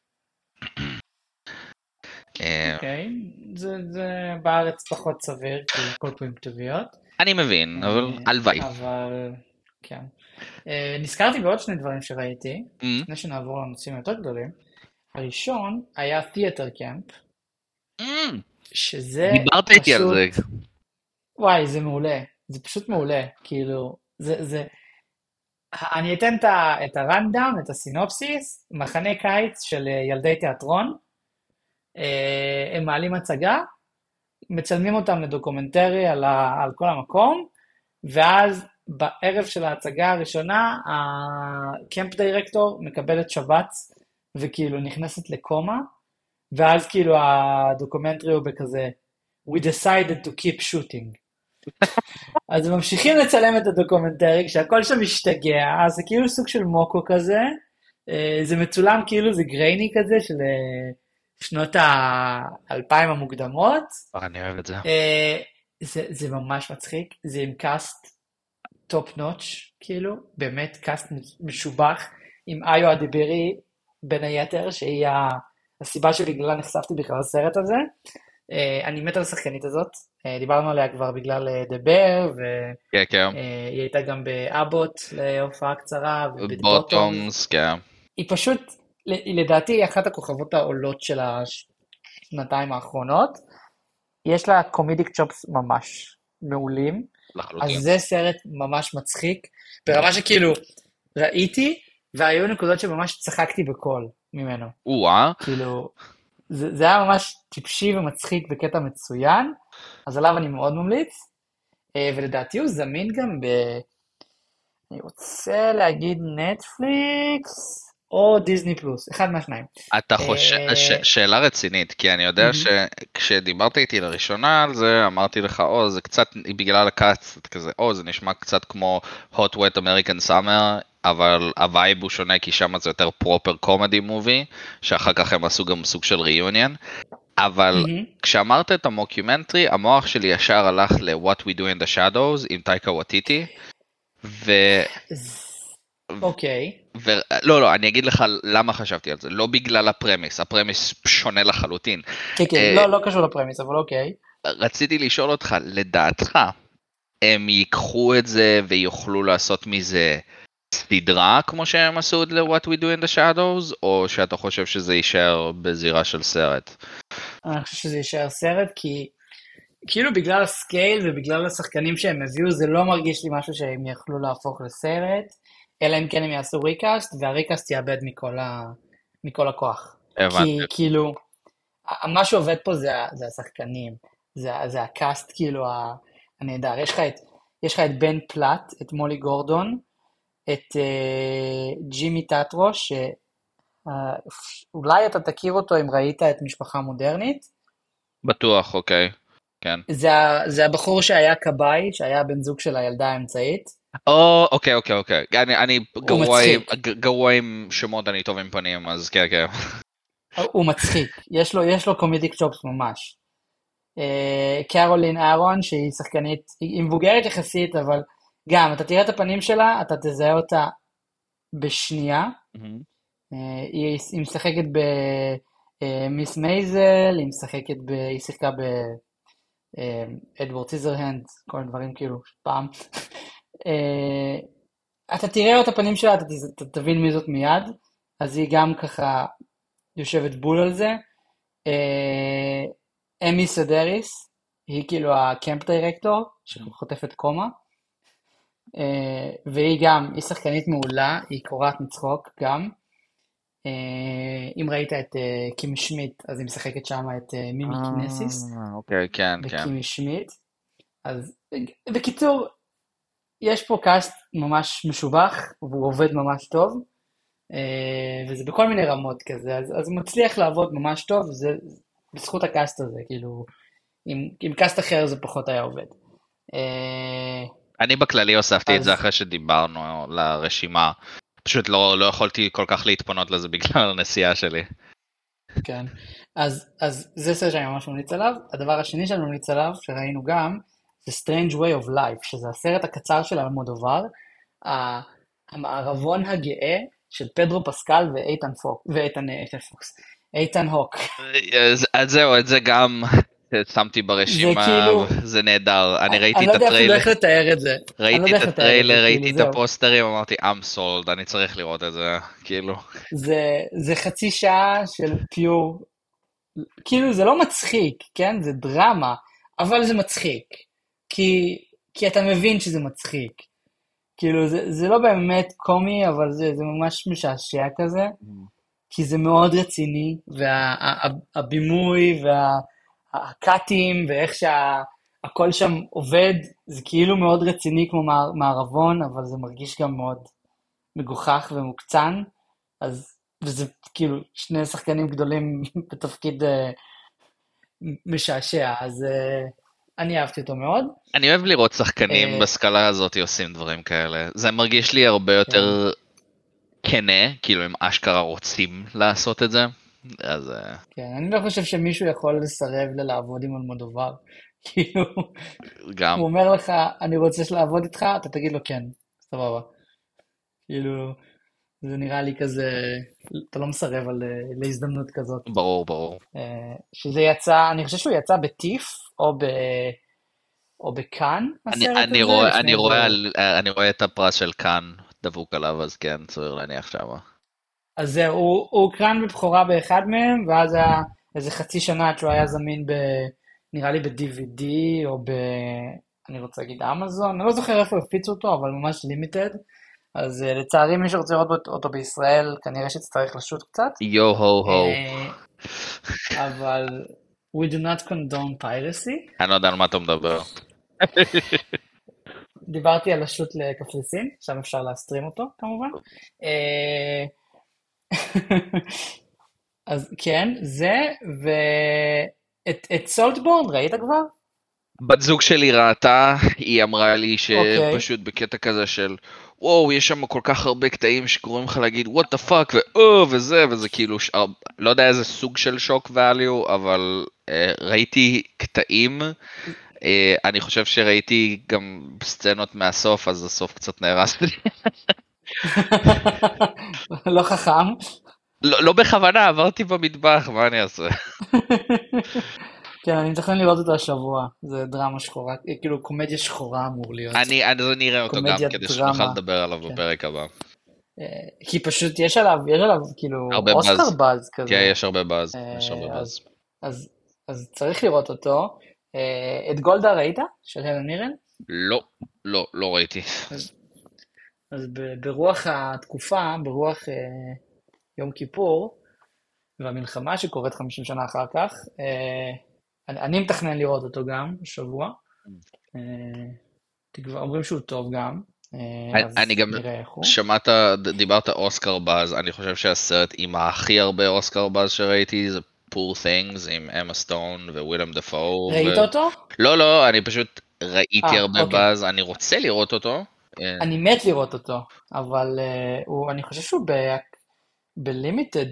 אה, אוקיי. זה, זה בארץ פחות סביר, כי כל פעמים כתוביות. אני מבין, אבל הלוואי. אה, אבל, כן. אה, נזכרתי בעוד שני דברים שראיתי, Mm, לפני שנעבור לנושאים יותר גדולים. הראשון היה תיאטר קמפ, mm, שזה דיברת איתי על פשוט, זה. וואי, זה מעולה. זה פשוט מעולה. כאילו, זה, זה, אני אתן את ה- את הרנדאון, את הסינופסיס, מחנה קיץ של אה, ילדי תיאטרון. אה, הם מעלים הצגה, מצלמים אותם לדוקומנטרי על, ה, על כל המקום, ואז בערב של ההצגה הראשונה, הקמפ דירקטור מקבל את שבץ וכאילו נכנסת לקומה, ואז כאילו הדוקומנטרי הוא בכזה, We decided to keep shooting. אז הם ממשיכים לצלם את הדוקומנטרי, כשהכל שם משתגע, אז זה כאילו סוג של מוקו כזה, אה, זה מצולם כאילו זה גרייני כזה של אה, שנות האלפיים המוקדמות. אני אוהב את זה. אה, זה, זה ממש מצחיק, זה עם קאסט טופ נוטש, כאילו, באמת קאסט משובח, עם איו אדיברי בין היתר, שהיא ה- הסיבה שבגללה נחשפתי בכלל לסרט הזה. אה, אני מת על השחקנית הזאת, אה, דיברנו עליה כבר בגלל The Bear, כן, כן. והיא הייתה גם באבוט להופעה קצרה, ובבוטומס. בוטומס, כן. היא פשוט, היא לדעתי היא אחת הכוכבות העולות של השנתיים האחרונות. יש לה קומידיק צ'ופס ממש מעולים. אז לחלוטין. זה סרט ממש מצחיק, ברמה שכאילו ראיתי, והיו נקודות שממש צחקתי בקול ממנו. או-אה. כאילו, זה, זה היה ממש טיפשי ומצחיק בקטע מצוין, אז עליו אני מאוד ממליץ, אה, ולדעתי הוא זמין גם ב... אני רוצה להגיד נטפליקס, או דיסני פלוס, אחד מהשניים. אתה חושב, אה, ש- שאלה רצינית, כי אני יודע מהמם. שכשדיברת איתי לראשונה על זה, אמרתי לך, או, זה קצת, בגלל הקאסט, כזה, או, זה נשמע קצת כמו hot wet American summer, אבל הווייב הוא שונה, כי שם זה יותר פרופר קומדי מובי, שאחר כך הם עשו גם סוג של ריוניון, אבל מהמם. כשאמרת את המוקיומנטרי, המוח שלי ישר הלך ל-What We Do in the Shadows, עם טייקה וטיטי, ו... אז- אוקיי. ו... לא, לא, אני אגיד לך למה חשבתי על זה, לא בגלל הפרמיס, הפרמיס שונה לחלוטין. כן, כן, אה, לא, לא קשור לפרמיס, אבל אוקיי. רציתי לשאול אותך, לדעתך, הם ייקחו את זה ויוכלו לעשות מזה סדרה, כמו שהם עשו את ל-What We Do in the Shadows, או שאתה חושב שזה יישאר בזירה של סרט? אני חושב שזה יישאר סרט, כי כאילו בגלל הסקייל ובגלל השחקנים שהם הביאו, זה לא מרגיש לי משהו שהם יכלו להפוך לסרט, אלא אם כן הם יעשו ריקאסט, והריקאסט יאבד מכל, ה... מכל הכוח. הבנתי. כי כאילו, ה- מה שעובד פה זה, ה- זה השחקנים, זה, ה- זה הקאסט כאילו ה- הנהדר. יש לך את, יש לך את בן פלט, את מולי גורדון, את אה, ג'ימי טטרו, שאולי אתה תכיר אותו אם ראית את משפחה מודרנית. בטוח, אוקיי. כן. זה, ה- זה הבחור שהיה כבאי, שהיה בן זוג של הילדה האמצעית. או, אוקיי, אוקיי, אוקיי. אני, אני הוא גרוע, עם- מצחיק, ג- גרוע עם שמות, אני טוב עם פנים, אז כן, כן. הוא מצחיק, יש לו, יש לו קומדיק צ'ופס ממש. אה, קרולין אהרון, שהיא שחקנית, היא היא מבוגרת יחסית, אבל גם, אתה תראה את הפנים שלה, אתה תזהה אותה בשנייה. מהמם. אה, היא, היא משחקת במיס מייזל, היא משחקת ב... היא שיחקה באדוורד סיזרהנד, כל מיני דברים כאילו, פעם. אה, אתה תראה את הפנים שלה, אתה תז- אתה תבין מי זאת מיד, אז היא גם ככה יושבת בול על זה. אה, אמי סדריס, היא כאילו הקמפ דירקטור, שחוטפת קומה, אה, והיא גם, היא שחקנית מעולה, היא קורעת מצחוק גם. אה, אם ראית את אה, קימי שמיט, אז היא משחקת שם את אה, מימי קינסיס, אה, אוקיי, כן, כן. וקימי שמיט. אז בקיצור, יש פה קאסט ממש משובח, והוא עובד ממש טוב, אה, וזה בכל מיני רמות כזה, אז, אז הוא מצליח לעבוד ממש טוב, זה בזכות הקאסט הזה, כאילו, עם, עם קאסט אחר זה פחות היה עובד. אה, אני בכללי הוספתי את זה אז אחרי שדיברנו לרשימה. פשוט לא, לא יכולתי כל כך להתפנות לזה בגלל הנסיעה שלי. כן, אז, אז זה סרט שאני ממש ממליץ עליו. הדבר השני שאני ממליץ עליו, שראינו גם, זה Strange Way of Life, שזה הסרט הקצר של אלמודובר, ה- המערבון הגאה של פדרו פסקל ואיתן פוק, ואיתן אה, איתן פוקס, איתן הוק. אז, אז זהו, את זה גם שמתי זה ברשימה, כאילו, זה נהדר. אני ראיתי אני את לא יודע אפילו הטריילר, איך לתאר את זה. אני לא ראיתי יודע את איך לתאר את זה, הטריילר, ראיתי כאילו, את זהו. הפוסטרים, אמרתי, I'm sold, אני צריך לראות את זה, כאילו. זה, זה חצי שעה של פיור, כאילו זה לא מצחיק, כן? זה דרמה, אבל זה מצחיק. כי, כי אתה מבין שזה מצחיק. כאילו, זה, זה לא באמת קומי, אבל זה, זה ממש משעשע כזה, כי זה מאוד רציני, והבימוי והקאטים, ואיך שהכל שם עובד, זה כאילו מאוד רציני כמו מער- מערבון, אבל זה מרגיש גם מאוד מגוחך ומוקצן, אז וזה כאילו שני שחקנים גדולים בתפקיד אה, משעשע, אז אה, אני אהבתי אותו מאוד. אני אוהב לראות שחקנים אה, בסקאלה הזאת עושים דברים כאלה. זה מרגיש לי הרבה כן, יותר כנה, כאילו הם אשכרה רוצים לעשות את זה. אז אה, כן, אני לא חושב שמישהו יכול לסרב ללעבוד עם אלמודובר. כאילו, גם הוא אומר לך, אני רוצה לעבוד איתך, אתה תגיד לו כן, סבבה. כאילו, זה נראה לי כזה, אתה לא מסרב על, אה, להזדמנות כזאת. ברור, ברור. אה, שזה יצא, אני חושב שהוא יצא בטיף, או ב... או בכאן, אני, הסרט אני הזה, רואה, לפני אני איזה... רואה, על, אני רואה את הפרס של כאן דבוק עליו, אז כן, צריך להניח שמה. אז זהו, הוא, הוא הוקרן בבכורה באחד מהם, ואז היה איזה חצי שנה עד שהוא היה זמין ב... נראה לי ב-די וי די, או ב... אני רוצה להגיד אמזון, אני לא זוכר איפה הפיצו אותו, אבל ממש לימיטד. אז uh, לצערי מי שרוצה לראות אותו בישראל, כנראה שצריך לשוט קצת. יו הו הו. Uh, אבל we do not condone piracy. אני לא יודע על מה אתה מדבר. דיברתי על השוט לקפריסין, שם אפשר להסטרים אותו כמובן. אה, אז כן, זה, ואת את סולטבורן ראית כבר? בת זוג שלי ראתה, היא אמרה לי אוקיי. שפשוט בקטע כזה של וואו, יש שם כל כך הרבה קטעים שקוראים לך להגיד what the fuck ואו וזה, וזה כאילו, ש... לא יודע איזה סוג של שוק value, אבל אה, ראיתי קטעים, אה, אני חושב שראיתי גם סצנות מהסוף, אז הסוף קצת נהרס לי. לא חכם. לא, לא בכוונה, עברתי במטבח, מה אני אעשה? כן, אני מתכנן לראות אותו השבוע, זה דרמה שחורה, כאילו קומדיה שחורה אמור להיות, אני, אני אז אני אראה אותו גם, קומדיה כדי שנוכל דרמה, לדבר עליו כן. בפרק הבא. אה, כי פשוט יש עליו, יש עליו כאילו הרבה אוסקר באז. באז כזה, כן, יש הרבה באז, יש הרבה אה, באז. אז, אז, אז צריך לראות אותו. אה, את גולדה ראית? של הלן מירן? לא, לא, לא ראיתי. אז, אז ב- ברוח התקופה, ברוח אה, יום כיפור, והמלחמה שקורית חמישים שנה אחר כך, אה, אני, אני מתכנן לראות אותו גם השבוע. אה, תקווה, אומרים שהוא טוב גם, אה, אני אז גם נראה איך הוא. שמעת, דיברת אוסקר באז, אני חושב שהסרט עם הכי הרבה אוסקר באז שראיתי זה Poor Things עם אמה סטון ווילם דפו. ראית אותו? לא, לא, אני פשוט ראיתי אה, הרבה אוקיי. באז, אני רוצה לראות אותו. אה, אני מת לראות אותו, אבל אה, הוא, אני חושב שהוא ב-limited,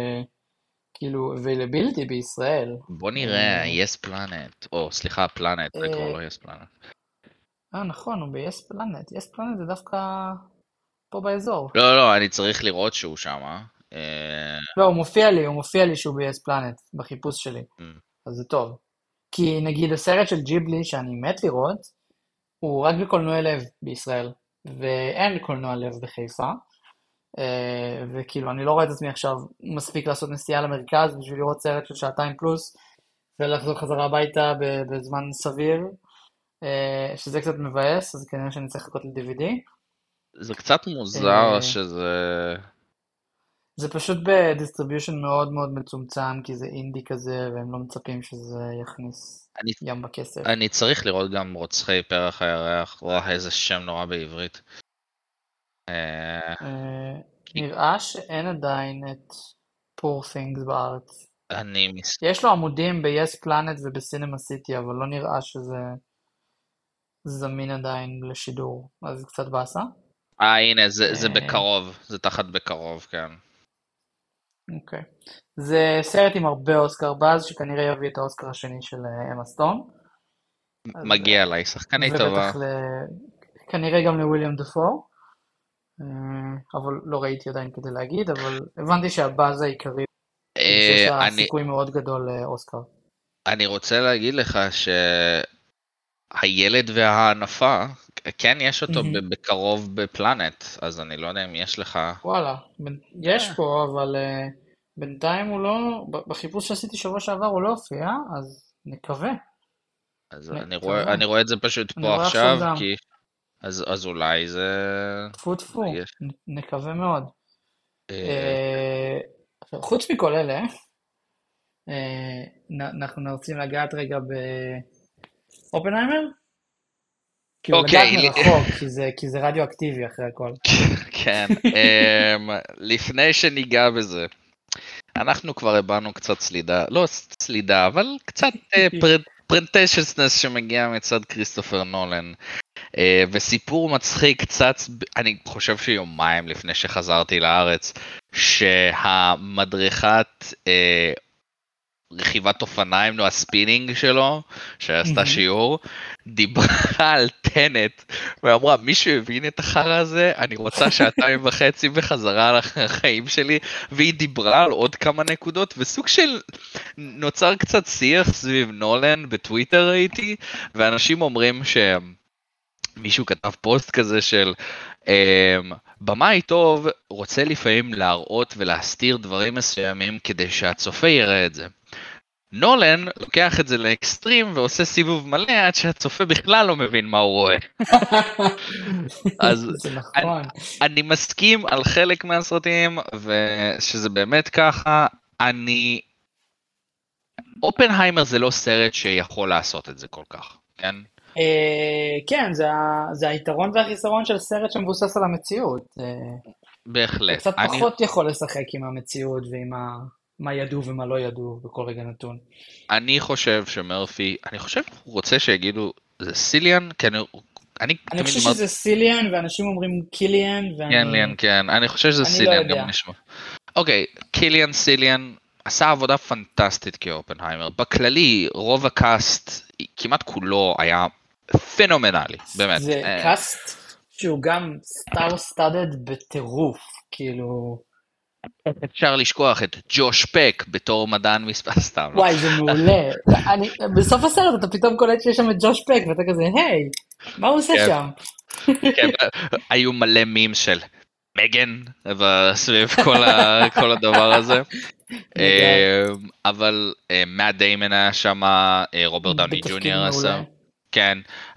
כאילו, availability בישראל. בוא נראה, אה, Yes Planet, או סליחה, Planet, זה כבר אה, לא Yes Planet. אה, נכון, הוא ב-yes planet. yes planet זה דווקא פה באזור. לא, לא, אני צריך לראות שהוא שמה. אה, לא, הוא מופיע לי, הוא מופיע לי שהוא ב-yes planet, בחיפוש שלי. אז זה טוב. כי נגיד הסרט של ג'יבלי, שאני מת לראות, הוא רק בקולנוע לב בישראל, ואין קולנוע לב בחיפה. אה, וכאילו, אני לא רואה את עצמי עכשיו מספיק לעשות נסיעה למרכז בשביל לראות סרט של שעתיים פלוס, ולחזור חזרה הביתה ב- בזמן סביר, אה, שזה קצת מבאס, אז כנראה שאני צריך לחכות ל-די וי די. זה קצת מוזר אה, שזה... זה פשוט בדיסטריביושן מאוד מאוד מצומצם, כי זה אינדי כזה, והם לא מצפים שזה יכניס אני, ים בכסף. אני צריך לראות גם רוצחי פרח הירח, וואו, איזה שם נורא בעברית. אה, אה, כי נראה שאין עדיין את Poor Things בארץ. אני מס... יש לו עמודים ב-yes planet ובסינמה סיטי, אבל לא נראה שזה זמין עדיין לשידור, אז זה קצת באסה. אה, הנה, זה, זה אה, בקרוב, זה תחת בקרוב, כן. אוקיי. זה סרט עם הרבה אוסקר באז, שכנראה יביא את האוסקר השני של אה, אמה סטון. אז, מגיע אה, לה, היא שחקנית טובה. ובטח ל... כנראה גם לוויליאם דפו, אה, אבל לא ראיתי עדיין כדי להגיד, אבל הבנתי שהבאז העיקרי, כאילו שיש אה, לה אני, סיכוי מאוד גדול לאוסקר. אני רוצה להגיד לך שהילד והענפה, כן יש אותו מהמם. ב- בקרוב בפלנט, אז אני לא יודע אם יש לך... וואלה, ב- יש אה, פה, אבל אה, בינתיים הוא לא, ב- בחיפוש שעשיתי שבוע שעבר הוא לא הופיע, אז נקווה, אז אני רואה, נקווה. אני רואה את זה פשוט אני פה רואה עכשיו עכשיו, גם, כי... אז, אז אולי זה... טפו טפו, יש. נ- נקווה מאוד. אה, אה, עכשיו, חוץ מכל אלה, אה, נ- אנחנו רוצים לגעת רגע באופנהיימר? כאילו לגעת אוקיי, לי- מרחוק, כי זה, כי זה רדיואקטיבי אחרי הכל. כן, אמ, לפני שניגע בזה, אנחנו כבר הבנו קצת סלידה, לא סלידה, אבל קצת פרנטשסנס שמגיע מצד כריסטופר נולן. Uh, וסיפור מצחיק קצת, אני חושב שיומיים לפני שחזרתי לארץ, שהמדריכת uh, רכיבת אופניים, נו הספינינג שלו, שעשתה שיעור, דיברה על טנט, ואמרה, מישהו הבין את החרא הזה, אני רוצה שעתיים וחצי בחזרה על החיים שלי, והיא דיברה על עוד כמה נקודות, וסוג של נוצר קצת שיח סביב נולן בטוויטר ראיתי, ואנשים אומרים ש... מישהו כתב פוסט כזה של במאי טוב רוצה לפעמים להראות ולהסתיר דברים מסוימים כדי שהצופה יראה את זה. נולן לוקח את זה לאקסטרים ועושה סיבוב מלא עד שהצופה בכלל לא מבין מה הוא רואה. אז אני, אני מסכים על חלק מהסרטים ושזה באמת ככה. אני אופנהיימר זה לא סרט שיכול לעשות את זה כל כך, כן? כן, זה היתרון והחיסרון של סרט שמבוסס על המציאות. בהחלט. קצת פחות יכול לשחק עם המציאות ועם מה ידעו ומה לא ידעו בכל רגע נתון. אני חושב שמרפי, אני חושב הוא רוצה שיגידו, זה סיליאן? אני חושב שזה סיליאן ואנשים אומרים קיליאן. קיליאן, כן. אני חושב שזה סיליאן גם נשמע. אוקיי, קיליאן, סיליאן. עשה עבודה פנטסטית כאופנהיימר. בכללי, רוב הקאסט, כמעט כולו היה פנומנלי, באמת. זה קאסט שהוא גם סטאר סטאדד בטירוף, כאילו... אפשר לשכוח את ג'וש פק בתור מדען מספר סתם. וואי, זה מעולה. אני, בסוף הסרט אתה פתאום קולט שיש שם את ג'וש פק, ואתה כזה, היי, מה הוא עושה שם? כן, היו מלא מים של מגן, סביב כל הדבר הזה. אבל מאט דיימון היה שם, רוברט דאוני ג'וניור עשה. כן.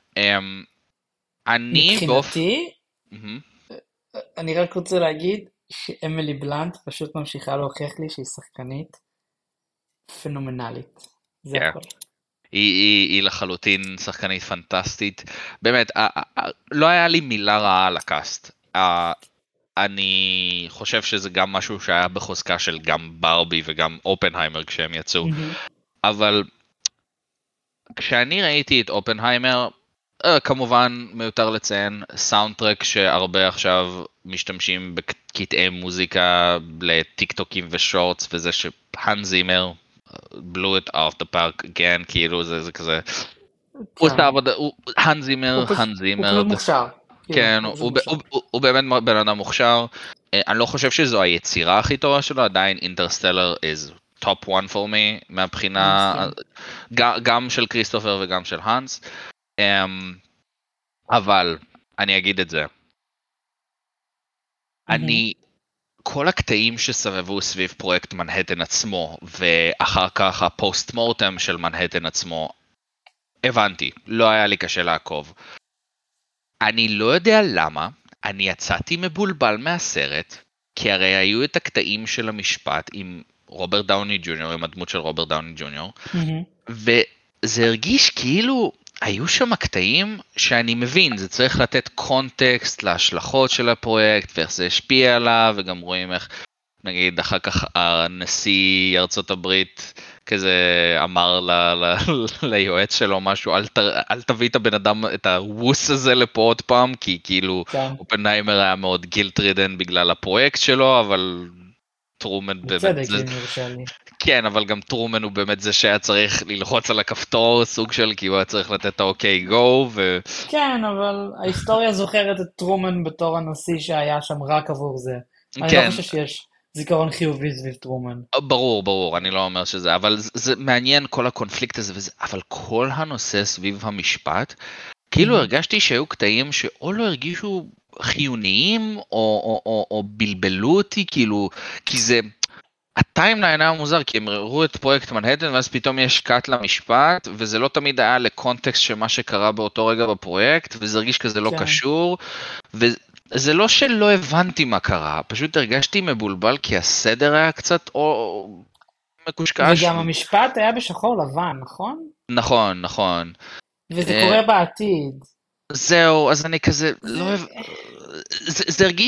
אני מבחינתי, אני רק רוצה להגיד שאמילי בלנט פשוט ממשיכה להוכיח לי שהיא שחקנית פנומנלית. זה הכל. היא לחלוטין שחקנית פנטסטית. באמת, לא היה לי מילה רעה על הקאסט. אני חושב שזה גם משהו שהיה בחוזקה של גם ברבי וגם אופנהיימר כשהם יצאו. אבל כשאני ראיתי את אופנהיימר, כמובן מיותר לציין סאונדטרק שהרבה עכשיו משתמשים בקטעי מוזיקה לטיק טוקים ושורטס, וזה שהאנס זימר blew it off the park again, כאילו זה כזה, הוא עושה עבודה, האנס זימר, האנס זימר. הוא מוכשר. כן, הוא באמת בן אדם מוכשר. אני לא חושב שזו היצירה הכי טובה שלו, עדיין אינטרסטלר is top one for me, מהבחינה גם של כריסטופר וגם של האנס. אבל אני אגיד את זה. אני, כל הקטעים שסבבו סביב פרויקט מנהטן עצמו, ואחר כך הפוסט מורטם של מנהטן עצמו, הבנתי, לא היה לי קשה לעקוב. אני לא יודע למה, אני יצאתי מבולבל מהסרט, כי הרי היו את הקטעים של המשפט עם רוברט דאוני ג'וניור, עם הדמות של רוברט דאוני ג'וניור, וזה הרגיש כאילו היו שם קטעים שאני מבין, זה צריך לתת קונטקסט להשלכות של הפרויקט, ואיך זה השפיע עליו, וגם רואים איך, נגיד, אחר כך הנשיא ארצות הברית כזה אמר ל- ל- ליועץ שלו משהו, אל, ת, אל תביא את הבן אדם, את הווס הזה לפה עוד פעם, כי כאילו כן. אופנהיימר היה מאוד גילט רידן בגלל הפרויקט שלו, אבל טרומן באמת... בצדק, זה... אם יורשה לי. כן, אבל גם טרומן הוא באמת זה שהיה צריך ללחוץ על הכפתור, סוג של, כי הוא היה צריך לתת את האוקיי גו, ו... כן, אבל ההיסטוריה זוכרת את טרומן בתור הנשיא שהיה שם רק עבור זה. אני כן. לא חושב שיש זיכרון חיובי סביב טרומן. ברור, ברור, אני לא אומר שזה, אבל זה, זה מעניין כל הקונפליקט הזה וזה, אבל כל הנושא סביב המשפט, כאילו הרגשתי שהיו קטעים שאו לא הרגישו חיוניים, או, או, או, או בלבלו אותי, כאילו, כי זה, הטיימליין היה מוזר, כי הם ראו את פרויקט מנהטן, ואז פתאום יש קאט למשפט, וזה לא תמיד היה לקונטקסט של מה שקרה באותו רגע בפרויקט, וזה הרגיש כזה לא כן. קשור, וזה לא שלא הבנתי מה קרה, פשוט הרגשתי מבולבל, כי הסדר היה קצת או מקושקש. וגם המשפט היה בשחור לבן, נכון? נכון, נכון. וזה קורה בעתיד. זהו, אז אני כזה, לא אוהב, זה, זה הרגיש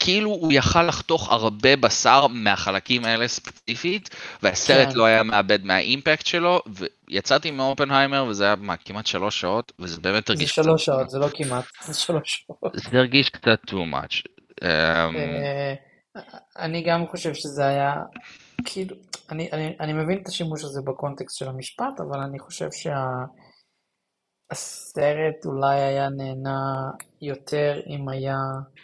כאילו הוא יכל לחתוך הרבה בשר מהחלקים האלה ספציפית, והסרט כן, לא היה מאבד מהאימפקט שלו, ויצאתי מאופנהיימר, וזה היה מה, כמעט שלוש שעות, וזה באמת זה הרגיש קצת, שלוש שעות, זה לא כמעט, זה שלוש שעות. זה הרגיש קצת too much. אמ, אה, אני גם חושב שזה היה, כאילו, אני, אני, אני מבין את השימוש הזה בקונטקסט של המשפט, אבל אני חושב שהסרט אולי היה נהנה יותר אם היה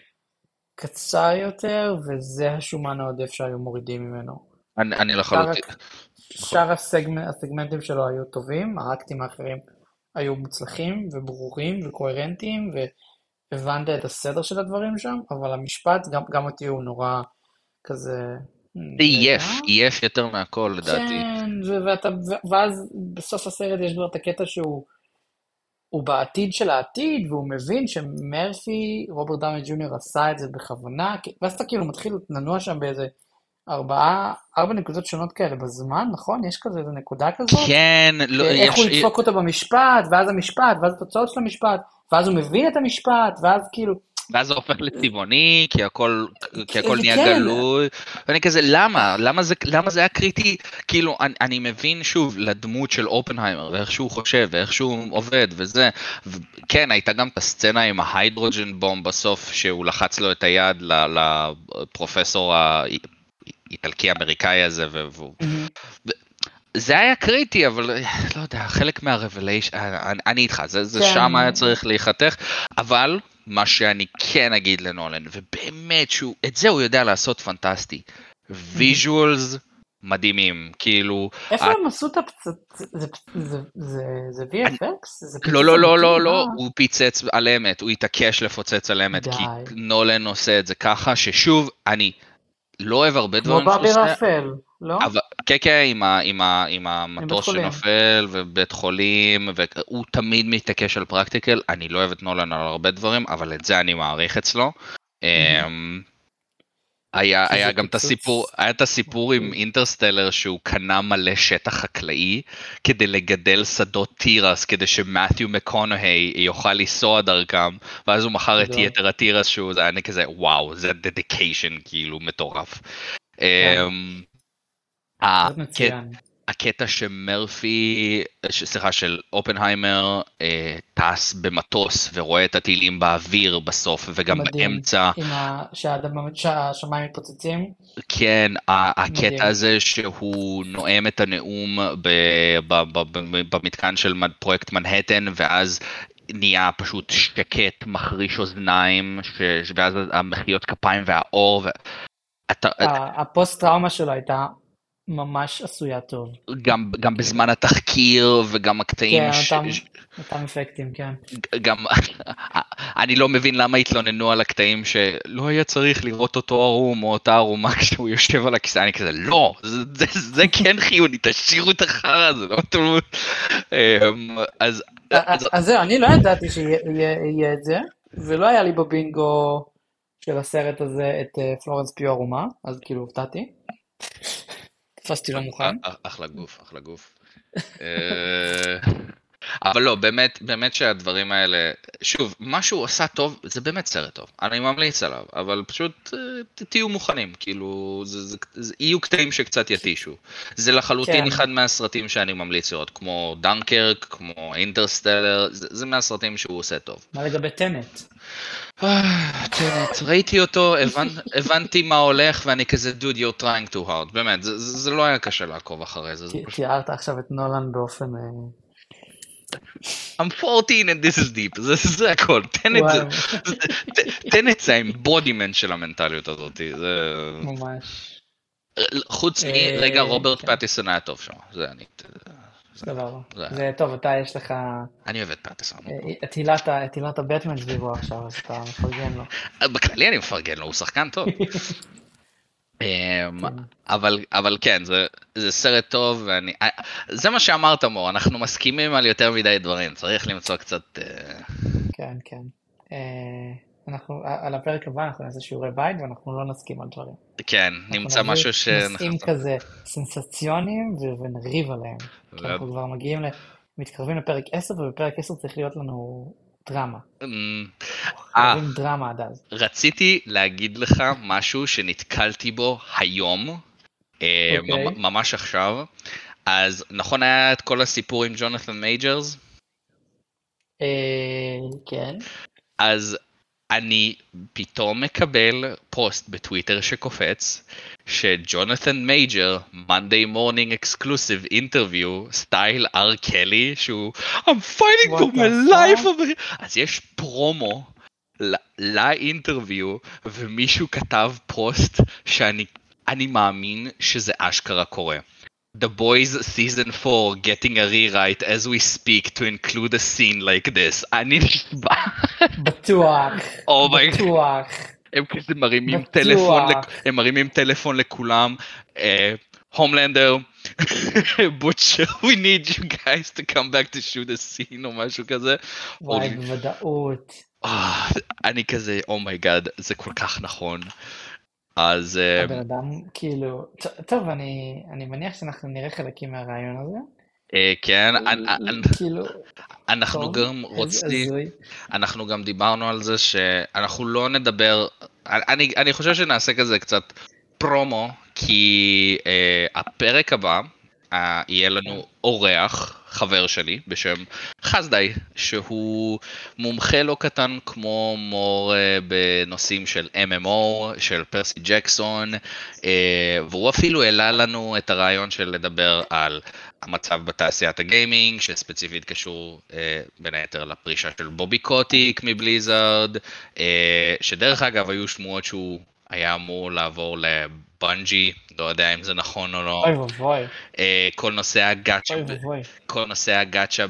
קצר יותר, וזה השומן העודף שהיו מורידים ממנו. אני אני שאר, לחלוטין, הק- נכון. שאר הסגמנט, הסגמנטים שלו היו טובים, האקטים האחרים היו מוצלחים וברורים וקוהרנטיים, והבנת את הסדר של הדברים שם, אבל המשפט, גם, גם אותי הוא נורא כזה, זה "מ, רגע, עייף, עייף יותר מהכל לדעתי. כן, ו- ואתה, ו- ואז בסוף הסרט יש כבר את הקטע שהוא הוא בעתיד של העתיד, והוא מבין שמרפי, רוברט דאוני ג'וניור עשה את זה בכוונה, כי- ואז אתה כאילו מתחיל לנוע שם באיזה ארבעה, ארבע נקודות שונות כאלה בזמן, נכון? יש כזה איזה נקודה כזאת? כן, לא, איך הוא יש, ידפוק אותו במשפט, ואז המשפט, ואז התוצאות של המשפט, ואז הוא מבין את המשפט, ואז כאילו, ואז זה הופך לצבעוני, כי הכל, כי הכל נהיה כן, גלוי, ואני כזה, למה? למה זה, למה זה היה קריטי? כאילו, אני, אני מבין שוב לדמות של אופנהיימר, ואיך שהוא חושב, ואיך שהוא עובד, וזה, כן, הייתה גם את הסצנה עם ההיידרוג'ן בום בסוף, שהוא לחץ לו את היד לפרופסור האיטלקי-אמריקאי הזה, והוא... מהמם. זה היה קריטי, אבל לא יודע, חלק מהרבליישן, אני, אני איתך, זה, זה כן, שם היה צריך להיחתך, אבל מה שאני כן אגיד לנולן, ובאמת שהוא, את זה הוא יודע לעשות פנטסטי, מהמם. ויז'ואלס מדהימים, כאילו, איפה את, הם עשו את הפצצ... זה, זה, זה, זה אני, וי אף אקס? זה לא, פיצוץ לא, לא, אמיתי? לא, מה? לא, הוא פיצץ על אמת, הוא התעקש לפוצץ על אמת, כי די. נולן עושה את זה ככה, ששוב, אני לא אוהב הרבה כמו דברים שהוא באביר עושה, האפל, לא? אבל כן, כן, עם, ה, עם, ה, עם עם בית המטוס חולים. שנופל ובית חולים, והוא תמיד מתעקש על פרקטיקל, אני לא אוהב את נולן על הרבה דברים, אבל את זה אני מעריך אצלו. מהמם. אמ, היה, כי זה היה גם את הסיפור, פיצוץ היה את הסיפור עם הזוי. אינטרסטלר שהוא קנה מלא שטח חקלאי כדי לגדל שדות תירס, כדי שמת'יו מקונהי יוכל לנסוע דרכם, ואז הוא מכר את גדול. יתר התירס שהוא, זה היה אני כזה, וואו, זה דדיקיישן כאילו מטורף. כן, אמ, הקט- סרט מצוין. הקטע שמרפי, ש- סליחה, של אופנהיימר אה, טס במטוס ורואה את הטילים באוויר בסוף וגם מדהים. באמצע, עם ה... שהאדמה- שהשמיים מתפוצצים. כן, ה- הקטע מדהים. הזה שהוא נואם את הנאום ב- ב- ב- ב- במתקן של מד- פרויקט מנהטן, ואז נהיה פשוט שקט, מחריש אוזניים, ש- ואז המחיאות כפיים והאור, ואתה, ה- הפוסט-טראומה שלו הייתה ממש עשויה טוב. גם, גם כאילו. בזמן התחקיר וגם הקטעים כן, ש... אותם, אותם אפקטים, כן. גם אני לא מבין למה התלוננו על הקטעים שלא היה צריך לראות אותו ערום או אותה ערומה כשהוא יושב על הכיסא, אני כזה לא, זה, זה, זה כן חיוני, תשאירו את החרא הזה, לא תלו. אז, אז אז זהו, אני לא ידעתי שיהיה את זה, ולא היה לי בבינגו של הסרט הזה את אה, פלורנס פיו ערומה, אז כאילו הופתעתי. תפסתי לא מוכן. אחלה גוף, אחלה גוף. אה, אבל לא, באמת, באמת שהדברים האלה, שוב, מה שהוא עשה טוב, זה באמת סרט טוב, אני ממליץ עליו, אבל פשוט אה, ת- תהיו מוכנים, כאילו, זה, זה, זה, יהיו קטעים שקצת יתישו. זה לחלוטין כן. אחד מהסרטים שאני ממליץ לראות, כמו דנקרק, כמו אינטרסטלר, זה, זה מהסרטים שהוא עושה טוב. מה לגבי טנט? אה, טנט, ראיתי אותו, הבנ, הבנתי מה הולך, ואני כזה, dude, you're trying too hard, באמת, זה, זה, זה לא היה קשה לעקוב אחרי זה, זה ת- פשוט... תיארת עכשיו את נולן באופן... אה, I'm fourteen and this is deep, זה, זה הכל, טנט זה, וואי, טנט זה האמבודימנט של המנטליות הזאת, זה... ממש. חוץ מרגע אה, רוברט כן, פטיסון היה טוב שם, זה אני, זה, סבבה. זה, זה טוב, אתה יש לך אני אוהב את פטיסון, הוא טוב. אה, את עילת ה- את עילת הבטמן סביבו עכשיו, אז אתה מפרגן לו. בכללי אני מפרגן לו, הוא שחקן טוב. אמ, כן, אבל, אבל כן, זה, זה סרט טוב, ואני, זה מה שאמרת מור, אנחנו מסכימים על יותר מדי דברים, צריך למצוא קצת, אה, כן, כן. אה, אנחנו, על הפרק הבא אנחנו נעשה שיעורי בית ואנחנו לא נסכים על דברים. כן, אנחנו נמצא נביא משהו נושאים שנחזור. כזה סנסציוניים ו- ונריב עליהם. כי אנחנו כבר מגיעים, ל- מתקרבים לפרק עשר, ובפרק עשר צריך להיות לנו דרמה. אמ, אה, חייבים דרמה עד אז. רציתי להגיד לך משהו שנתקלתי בו היום, אה, ממ- אוקיי. ממש עכשיו. אז נכון היה את כל הסיפור עם ג'ונת'ן מייג'רס? אה, כן. אז אני פתאום מקבל פוסט בטוויטר שקופץ שג'ונת'ן מייג'ר, Monday morning exclusive interview, סטייל אר קלי, שהוא I'm fighting for What my the life fuck? over here. אז יש פרומו ל- לאינטרוויו, ומישהו כתב פוסט שאני אני מאמין שזה אשכרה קורה. The Boys Season four getting a rewrite as we speak to include a scene like this. אני נשבע. בטוח. אומייג. בטוח. הם כזה מרימים טלפון, בטוח. הם מרימים טלפון לכולם. הומלנדר, בוטשר, we need you guys to come back to shoot a scene או משהו כזה. וואי, בוודאות. אה, אני כזה, אומייגאד, זה כל כך נכון. אז אה, הבן אדם, כאילו... ט- טוב, אני אני מניח שאנחנו נראה חלקים מהרעיון הזה. אה, כן, אנ- ל- אנ- ל- כאילו, אנחנו טוב, גם הז- רוצים, הזוי. אנחנו גם דיברנו על זה שאנחנו לא נדבר, אני, אני חושב שנעשה כזה קצת פרומו, כי אה, הפרק הבא אה, יהיה כן. לנו אורח, חבר שלי, בשם חסדאי, שהוא מומחה לא קטן כמו מור אה, בנושאים של אם אם או, של פרסי ג'קסון, אה, והוא אפילו העלה לנו את הרעיון של לדבר על המצב בתעשיית הגיימינג, שספציפית קשור אה, בין היתר לפרישה של בובי קוטיק מבליזארד, אה, שדרך אגב היו שמועות שהוא היה אמור לעבור לבנג'י, לא יודע אם זה נכון או לא. אוי ואבוי, אה, כל נושא הגאצ'ה, אוי ב- ואבוי. כל נושא הגאצ'ה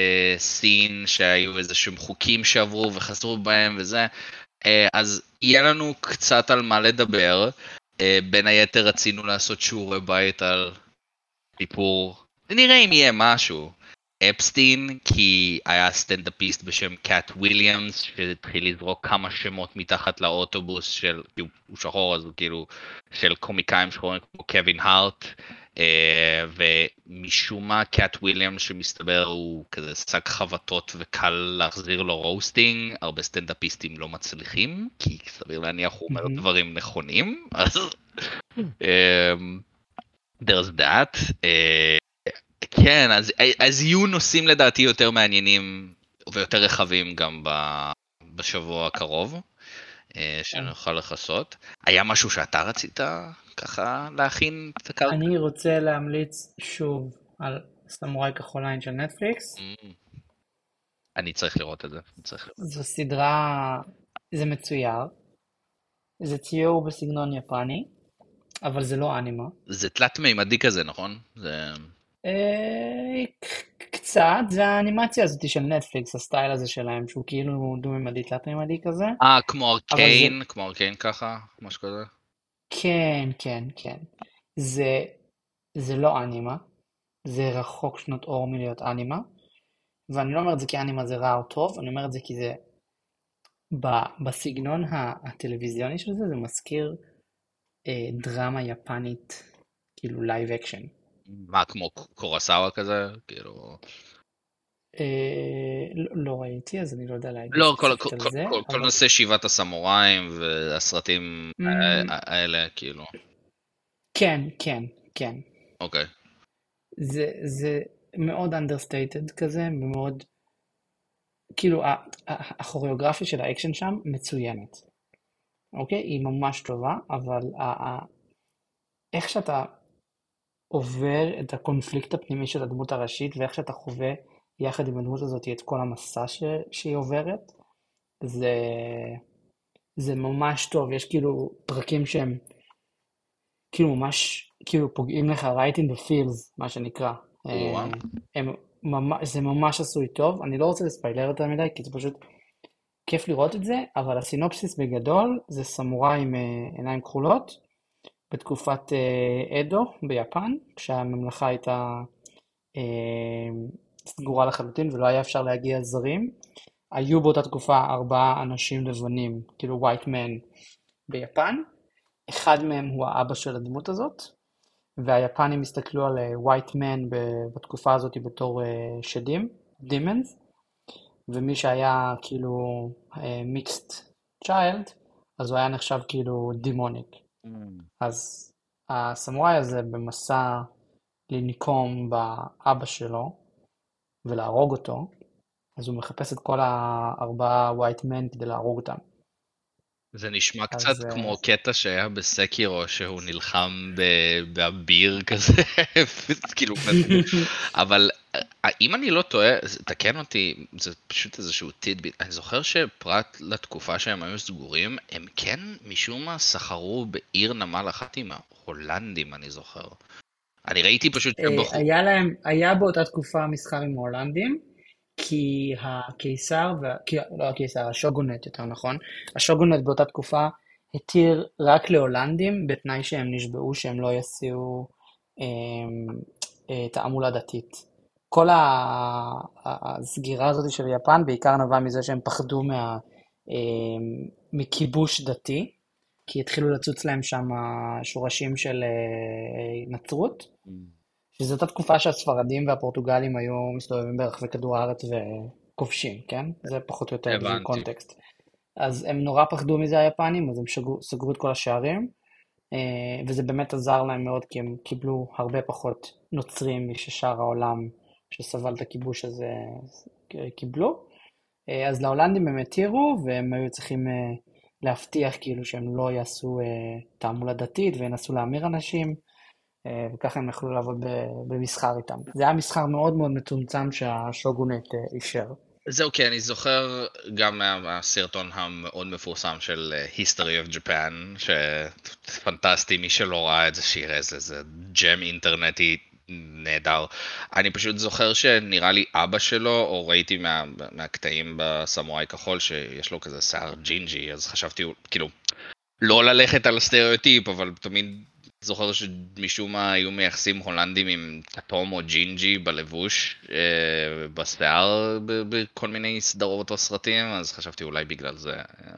בסין, שהיו איזה שהם חוקים שעברו וחזרו בהם וזה, אה, אז יהיה לנו קצת על מה לדבר. אה, בין היתר רצינו לעשות שיעורי בית על סיפור, נראה אם יהיה משהו. אפסטין, כי היה סטנדאפיסט בשם קאט וויליאמס, שהתחיל לזרוק כמה שמות מתחת לאוטובוס של, כי הוא הוא שחור, אז הוא כאילו, של קומיקאים שחורים כמו קווין הארט, אה, ומשום מה קאט וויליאמס שמסתבר הוא כזה שק חבטות וקל להחזיר לו רוסטינג, הרבה סטנדאפיסטים לא מצליחים, כי סביר להניח הוא אומר מהמם. דברים נכונים, אז אה, there's that. אה, כן, אז, אז יהיו נושאים לדעתי יותר מעניינים ויותר רחבים גם ב- בשבוע הקרוב, אה, כן. שנוכל לכסות. היה משהו שאתה רצית ככה להכין את הקרקע? אני רוצה להמליץ שוב על סמוראי כחול עין של נטפליקס. Mm, אני צריך לראות את זה. אני צריך לראות. זו סדרה, זה מצויר, זה ציור בסגנון יפני, אבל זה לא אנימה. זה תלת מימדי כזה, נכון? זה... אה, ק- קצת, זה האנימציה הזאת של נטפליקס, הסטייל הזה שלהם, שהוא כאילו דו-ממדי, תלת-ממדי כזה, אה, כמו אבל זה, ארקיין, כמו ארקיין ככה, משהו כזה. כן, כן, כן. זה, זה לא אנימה, זה רחוק שנות אור מלהיות אנימה, ואני לא אומר את זה כי אנימה זה רע או טוב, אני אומר את זה כי זה, ב- בסגנון ה- הטלוויזיוני של זה, זה מזכיר אה, דרמה יפנית, כאילו לייב אקשן. מה, כמו קורוסאווה כזה? כאילו... אה, לא, לא ראיתי, אז אני לא יודע להגיד לא, כל, כל, ספציפית על כל, זה, כל, כל אבל נושא שבעת הסמוראים והסרטים mm, ה- האלה, כאילו. כן, כן, כן. אוקיי. זה, זה מאוד understated כזה, ומאוד, כאילו, ה- ה- הכוריאוגרפיה של האקשן שם מצוינת, אוקיי? היא ממש טובה, אבל ה- ה- איך שאתה עובר את הקונפליקט הפנימי של הדמות הראשית, ואיך שאתה חווה יחד עם הדמות הזאת את כל המסע ש, שהיא עוברת, זה, זה ממש טוב. יש כאילו פרקים שהם כאילו ממש, כאילו פוגעים לך right in the feels, מה שנקרא. או-אה. אה, הם ממש, זה ממש עשוי טוב. אני לא רוצה לספיילר יותר מדי, כי זה פשוט כיף לראות את זה, אבל הסינופסיס בגדול זה סמוראי עם אה, עיניים כחולות, בתקופת אה, אדו ביפן, כשהממלכה הייתה אה, סגורה לחלוטין ולא היה אפשר להגיע זרים. היו באותה תקופה ארבעה אנשים לבנים, כאילו white man ביפן. אחד מהם הוא האבא של הדמות הזאת, והיפנים הסתכלו על אה, white man ב- בתקופה הזאת בתור אה, שדים, demons, ומי שהיה כאילו מיקסט צ'יילד, אז הוא היה נחשב כאילו דימוניק. אז הסמוראי הזה במסע לנקום באבא שלו ולהרוג אותו, אז הוא מחפש את כל הארבעה white men כדי להרוג אותם. זה נשמע קצת אז כמו קטע שהיה בסקירו, שהוא נלחם באביר כזה, כאילו, אבל אם אני לא טועה, תקן אותי, זה פשוט איזשהו טידביט, אני זוכר שפרט לתקופה שהם היו סגורים, הם כן משום מה סחרו בעיר נמל אחת עם ההולנדים, אני זוכר. אני ראיתי פשוט שבחור... היה להם, היה באותה תקופה מסחר עם ההולנדים, כי הקיסר, וה... כי... לא הקיסר, השוגונט יותר נכון, השוגונט באותה תקופה התיר רק להולנדים, בתנאי שהם נשבעו שהם לא יעשו אה, אה, תעמולה דתית. כל ה... הסגירה הזאת של יפן בעיקר נבעה מזה שהם פחדו מה... אה, מכיבוש דתי, כי התחילו לצוץ להם שם שורשים של אה, נצרות, שזו אותה תקופה שהספרדים והפורטוגלים היו מסתובבים ברחבי כדור הארץ וכובשים, כן? זה פחות או יותר בשביל קונטקסט. אז הם נורא פחדו מזה היפנים, אז הם שגרו, סגרו את כל השערים, וזה באמת עזר להם מאוד, כי הם קיבלו הרבה פחות נוצרים מששאר העולם שסבל את הכיבוש הזה קיבלו. אז להולנדים הם התירו, והם היו צריכים להבטיח כאילו שהם לא יעשו תעמולה דתית וינסו להמיר אנשים, וככה הם יכלו לעבוד במסחר איתם. זה היה מסחר מאוד מאוד מצומצם שהשוגונט אישר. זהו, כן, אני זוכר גם מהסרטון המאוד מפורסם של History of Japan, שפנטסטי, מי שלא ראה את זה שיראה, זה, זה ג'ם אינטרנטי נהדר. אני פשוט זוכר שנראה לי אבא שלו, או ראיתי מה, מהקטעים בסמוראי כחול, שיש לו כזה שיער ג'ינג'י, אז חשבתי, כאילו, לא ללכת על הסטריאוטיפ, אבל תמיד זוכר שמשום מה היו מייחסים הולנדים עם כתום או ג'ינג'י בלבוש, אה, בשיער, בכל מיני סדרות או סרטים, אז חשבתי אולי בגלל זה.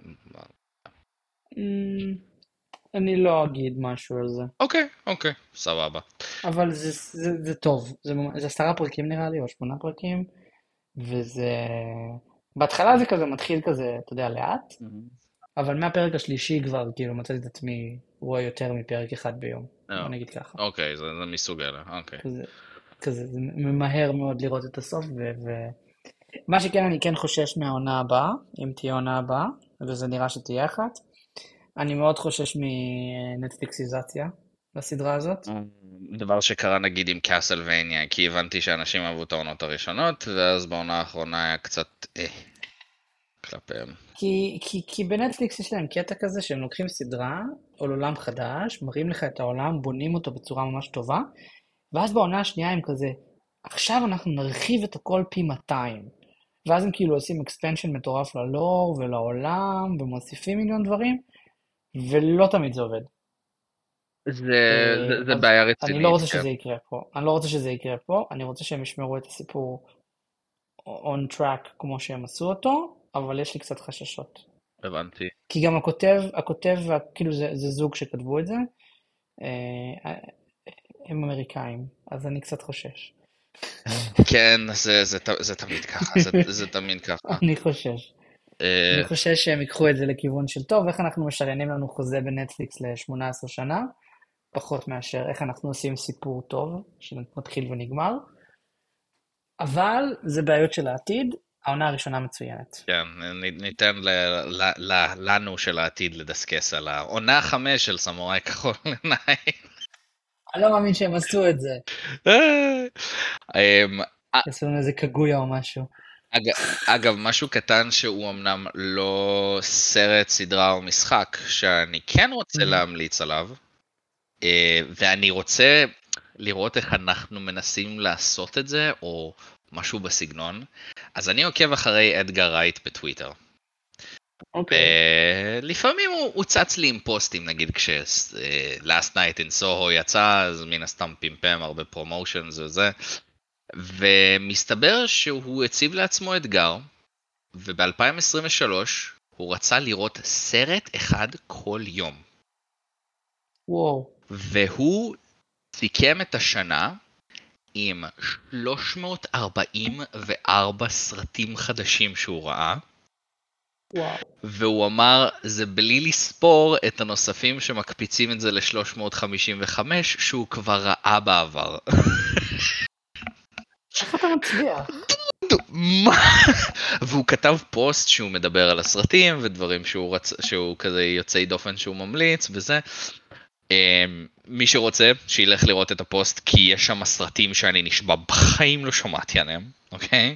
אני לא אגיד משהו על זה. אוקיי, אוקיי, סבבה. אבל זה, זה, זה טוב, זה, זה עשרה פרקים נראה לי, או שמונה פרקים, וזה... בהתחלה זה כזה מתחיל כזה, אתה יודע, לאט, אבל מהפרק השלישי כבר, כאילו, מצאתי את עצמי רואה יותר מפרק אחד ביום, בוא נגיד ככה. אוקיי, זה, זה מסוג אלה, אוקיי. כזה, כזה, זה ממהר מאוד לראות את הסוף, ו... ו... מה שכן, אני כן חושש מהעונה הבאה, אם תהיה עונה הבאה, וזה נראה שתהיה אחת. אני מאוד חושש מנטפליקסיזציה בסדרה הזאת. דבר שקרה נגיד עם קאסלווניה, כי הבנתי שאנשים אהבו את העונות הראשונות, ואז בעונה האחרונה היה קצת אה, כלפיהם. כי, כי, כי בנטפליקס יש להם קטע כזה שהם לוקחים סדרה, או עולם חדש, מראים לך את העולם, בונים אותו בצורה ממש טובה, ואז בעונה השנייה הם כזה, עכשיו אנחנו נרחיב את הכל פי מאתיים. ואז הם כאילו עושים אקספנשן מטורף ללור ולעולם, ומוסיפים מיליון דברים, ולא תמיד זה עובד. זה, זה, זה בעיה רצינית. אני לא רוצה שזה יקרה פה. אני לא רוצה שזה יקרה פה. אני רוצה שהם ישמרו את הסיפור on track כמו שהם עשו אותו, אבל יש לי קצת חששות. הבנתי. כי גם הכותב, הכותב, כאילו זה, זה זוג שכתבו את זה, הם אמריקאים, אז אני קצת חושש. כן, זה, זה, זה תמיד ככה, זה, זה תמיד ככה. אני חושש. אני חושש שהם ייקחו את זה לכיוון של טוב, איך אנחנו משריינים לנו חוזה בנטפליקס ל-שמונה עשרה שנה, פחות מאשר איך אנחנו עושים סיפור טוב, שמתחיל ונגמר. אבל זה בעיות של העתיד, העונה הראשונה מצוינת. כן, ניתן ל, ל, ל, לנו של העתיד לדסקס על העונה החמש של סמוראי כחול עיניים. אני לא מאמין שהם עשו את זה. עשו לנו איזה קגויה או משהו. אגב, אגב, משהו קטן שהוא אמנם לא סרט, סדרה או משחק, שאני כן רוצה להמליץ עליו, ואני רוצה לראות איך אנחנו מנסים לעשות את זה, או משהו בסגנון. אז אני עוקב אחרי אדגר רייט בטוויטר. אוקיי. לפעמים הוא, הוא צץ לי עם פוסטים, נגיד כש- Last Night in Soho יצא, אז מן הסתם פימפם הרבה פרומושנס וזה. ומסתבר שהוא הציב לעצמו אתגר, וב-אלפיים עשרים ושלוש הוא רצה לראות סרט אחד כל יום. וואו. והוא סיכם את השנה עם שלוש מאות ארבעים וארבע סרטים חדשים שהוא ראה, וואו. והוא אמר, זה בלי לספור את הנוספים שמקפיצים את זה ל-שלוש מאות חמישים וחמש שהוא כבר ראה בעבר. איך אתה מצליח? מה? והוא כתב פוסט שהוא מדבר על הסרטים ודברים שהוא, רצ... שהוא כזה יוצאי דופן שהוא ממליץ וזה. מי שרוצה שילך לראות את הפוסט, כי יש שם סרטים שאני נשבע בחיים לא שמעתי עליהם, אוקיי?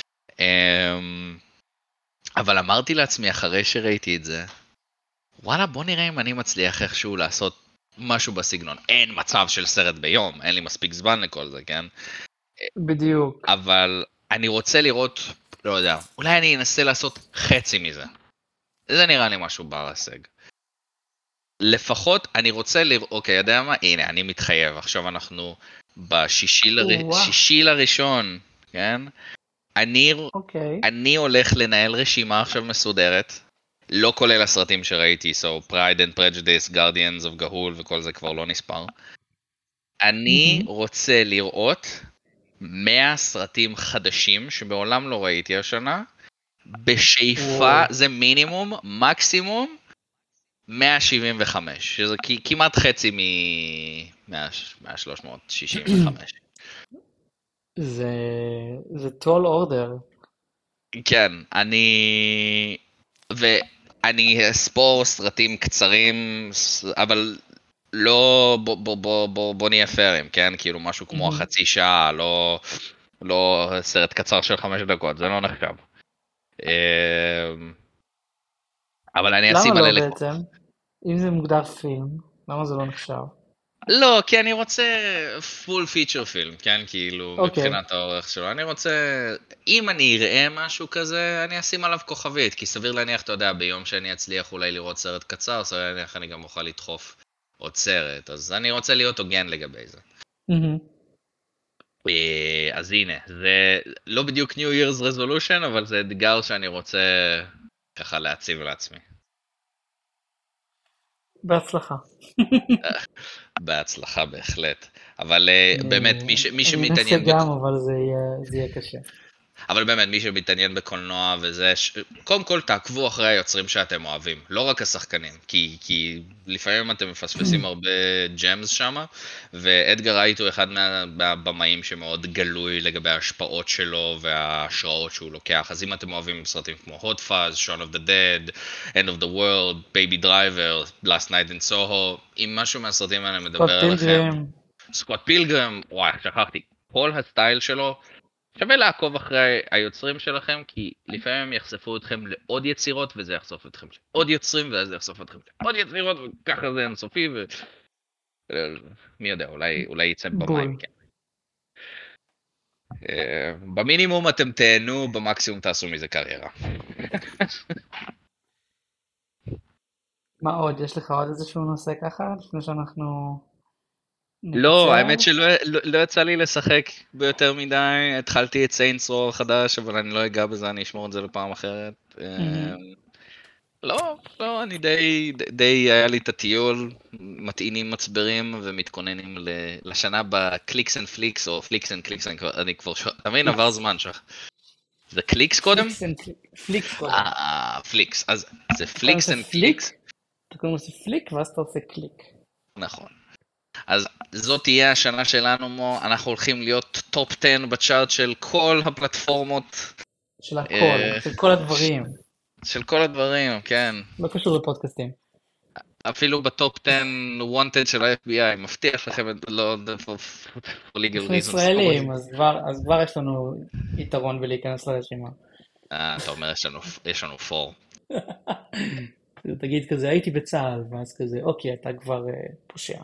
אבל אמרתי לעצמי אחרי שראיתי את זה, וואלה בוא נראה אם אני מצליח איכשהו לעשות משהו בסגנון. אין מצב של סרט ביום, אין לי מספיק זמן לכל זה, כן? בדיוק. אבל אני רוצה לראות, לא יודע, אולי אני אנסה לעשות חצי מזה. זה נראה לי משהו בר השג. לפחות אני רוצה לראות, אוקיי, יודע מה? הנה, אני מתחייב. עכשיו אנחנו בשישי לר... שישי לראשון, כן? אני, אוקיי. אני הולך לנהל רשימה עכשיו מסודרת, לא כולל הסרטים שראיתי, so Pride and Prejudice, Guardians of Gahul וכל זה כבר לא נספר. אני רוצה לראות מאה סרטים חדשים שמעולם לא ראיתי השנה, בשאיפה זה מינימום, מקסימום מאה שבעים וחמש, שזה כמעט חצי מ-שלוש מאות שישים וחמש. זה, זה tall order. כן, אני, ואני אספור סרטים קצרים, אבל לא, בוא, בוא, בוא, בוא, בוא נהיה פיירים, כן? כאילו משהו כמו חצי שעה, לא, לא סרט קצר של חמש דקות, זה לא נחשב. אבל אני אשים למה עלי... לא בעצם? אם זה מוגדר פילם, למה זה לא נחשב? לא, כי אני רוצה full feature film, כן? כאילו, אוקיי. מבחינת האורך שלו. אני רוצה, אם אני אראה משהו כזה, אני אשים עליו כוכבית, כי סביר להניח, אתה יודע, ביום שאני אצליח אולי לראות סרט קצר, סביר להניח אני גם אוכל לדחוף עוד סרט, אז אני רוצה להיות הוגן לגבי זה. אז הנה, זה לא בדיוק New Year's Resolution, אבל זה אתגר שאני רוצה ככה להציב לעצמי. בהצלחה. בהצלחה בהחלט. אבל באמת, מי שמתעניין... אני אנסה גם, אבל זה יהיה קשה. אבל באמת, מי שמתעניין בקולנוע וזה, קודם כל תעקבו אחרי היוצרים שאתם אוהבים, לא רק השחקנים, כי, כי לפעמים אתם מפספסים הרבה ג'מס שם, ואדגר רייט הוא אחד מהבמאים שמאוד גלוי לגבי ההשפעות שלו וההשראות שהוא לוקח, אז אם אתם אוהבים סרטים כמו Hot Fuzz, Shaun of the Dead, End of the World, Baby Driver, Last Night in Soho, אם משהו מהסרטים האלה מדבר אליכם, סקוט פילגרם, וואי, שכחתי, כל הסטייל שלו, שווה לעקוב אחרי היוצרים שלכם, כי לפעמים הם יחשפו אתכם לעוד יצירות, וזה יחשוף אתכם לעוד יוצרים, ואז זה יחשוף אתכם לעוד יצירות, וככה זה אינסופי, ומי יודע, אולי, אולי יצא במים, כן. במינימום אתם תהנו, במקסימום תעשו מזה קריירה. מה עוד? יש לך עוד איזשהו נושא ככה, לפני שאנחנו... לא, האמת שלא לא, לא יצא לי לשחק ביותר מדי, התחלתי את סיינטס רו חדש, אבל אני לא אגע בזה, אני אשמור את זה לפעם אחרת. לא, לא, אני די, די היה לי את הטיול, מטעינים מצברים ומתכוננים לשנה בקליקס אנד פליקס, או פליקס אנד קליקס, אני כבר שואל, תמיד עבר זמן שח. זה קליקס קודם? פליקס קודם. אה, פליקס, אז זה פליקס אנד קליקס. אתה קוראים לזה פליק, ואז אתה עושה קליק. נכון. אז זאת תהיה השנה שלנו, מו, אנחנו הולכים להיות טופ עשר בצ'ארט של כל הפלטפורמות. של הכל, של כל הדברים. של כל הדברים, כן. לא קשור לפודקאסטים. אפילו בטופ עשר wanted של ה-אף בי איי, מבטיח לכם, לא, for legal reasons. אנחנו ישראלים, אז כבר יש לנו יתרון בלהיכנס לרשימה. אה, אתה אומר, יש לנו פור. תגיד כזה, הייתי בצהל, ואז כזה, אוקיי, אתה כבר פושע.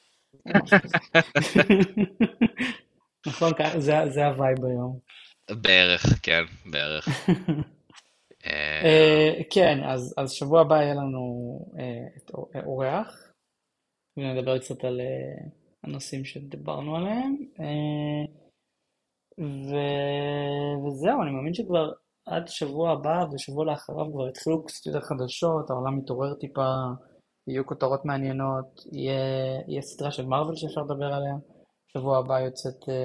נכון, זה הווייב היום. בערך, כן, בערך. כן, אז שבוע הבא יהיה לנו את אורח, ונדבר קצת על הנושאים שדיברנו עליהם, וזהו, אני מאמין שכבר עד שבוע הבא ושבוע לאחריו כבר התחילו קצת יותר חדשות, העולם מתעורר טיפה, יהיו כותרות מעניינות, יהיה סדרה של מרוול שאפשר לדבר עליה, שבוע הבא יוצאת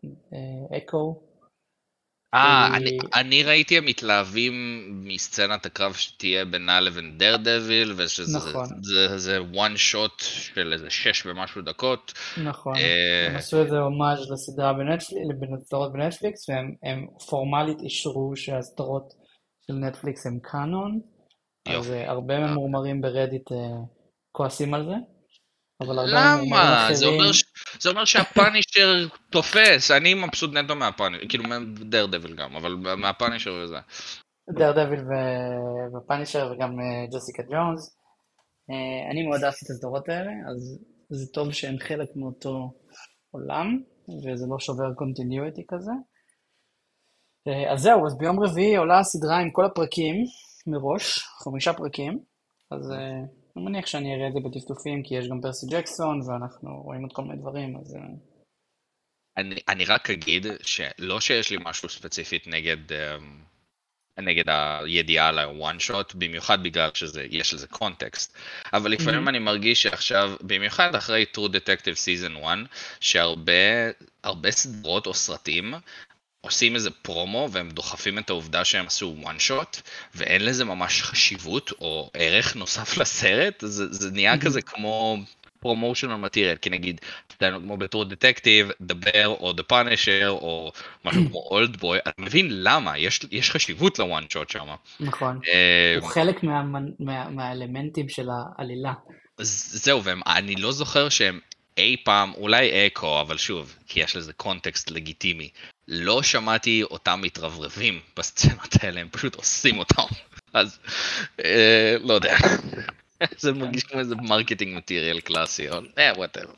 אקו. אה, אני, אני ראיתי הם מתלהבים מסצנת הקרב שתהיה בינה לבין דר דביל, ושזה נכון, זה, זה one shot של איזה שש ומשהו דקות. נכון. הם אה, עשו איזה הומאז' לסדרה בנטפליקס, לסדרות בנטפליקס, והם הם פורמלית אישרו שהסדרות של נטפליקס הם קאנון, אז יופי. אה, הרבה ממורמרים ברדיט אה, כועסים על זה, אבל הרבה ממורמרים למה? זה אחרים, אומר, ש... זה אומר שהפאנישר תופס, אני מבסוט נטו מהפאנישר, כאילו דר דביל גם, אבל מהפאנישר וזה. דר דביל ו- ופאנישר וגם אה, ג'סיקה ג'ונס. אה, אני מאוד אהבתי את הסדרות האלה, אז זה טוב שהן חלק מאותו עולם, וזה לא שובר קונטיניויטי כזה. אה, אז זהו, אז ביום רביעי עולה הסדרה עם כל הפרקים מראש, חמישה פרקים, אז אה, אני מניח שאני אראה את זה בטפטופים, כי יש גם פרסי ג'קסון, ואנחנו רואים עוד כל מיני דברים, אז... אה, אני, אני רק אגיד שלא שיש לי משהו ספציפית נגד, אמ, נגד הידיעה על ה-one shot, במיוחד בגלל שיש לזה קונטקסט. אבל לפעמים מהמם, אני מרגיש שעכשיו, במיוחד אחרי True Detective Season אחת, שהרבה הרבה סדרות או סרטים עושים איזה פרומו והם דוחפים את העובדה שהם עשו one shot, ואין לזה ממש חשיבות או ערך נוסף לסרט, זה, זה נהיה מהמם, כזה כמו פרומושנל מטריאל, כי נגיד, כמו בתור דטקטיב, The Bear או The Punisher או משהו כמו Old Boy, אתה מבין למה, יש, יש חשיבות ל-one shot שם. נכון. הוא חלק מה, מה, מהאלמנטים של העלילה. זהו, ואני לא זוכר שהם אי פעם, אולי אקו, אבל שוב, כי יש לזה קונטקסט לגיטימי, לא שמעתי אותם מתרברבים בסצנות האלה, הם פשוט עושים אותם. אז, אה, לא יודע. זה כן. מרגיש כמו איזה מרקטינג מטריאל קלאסי, או אה, וואטאבר.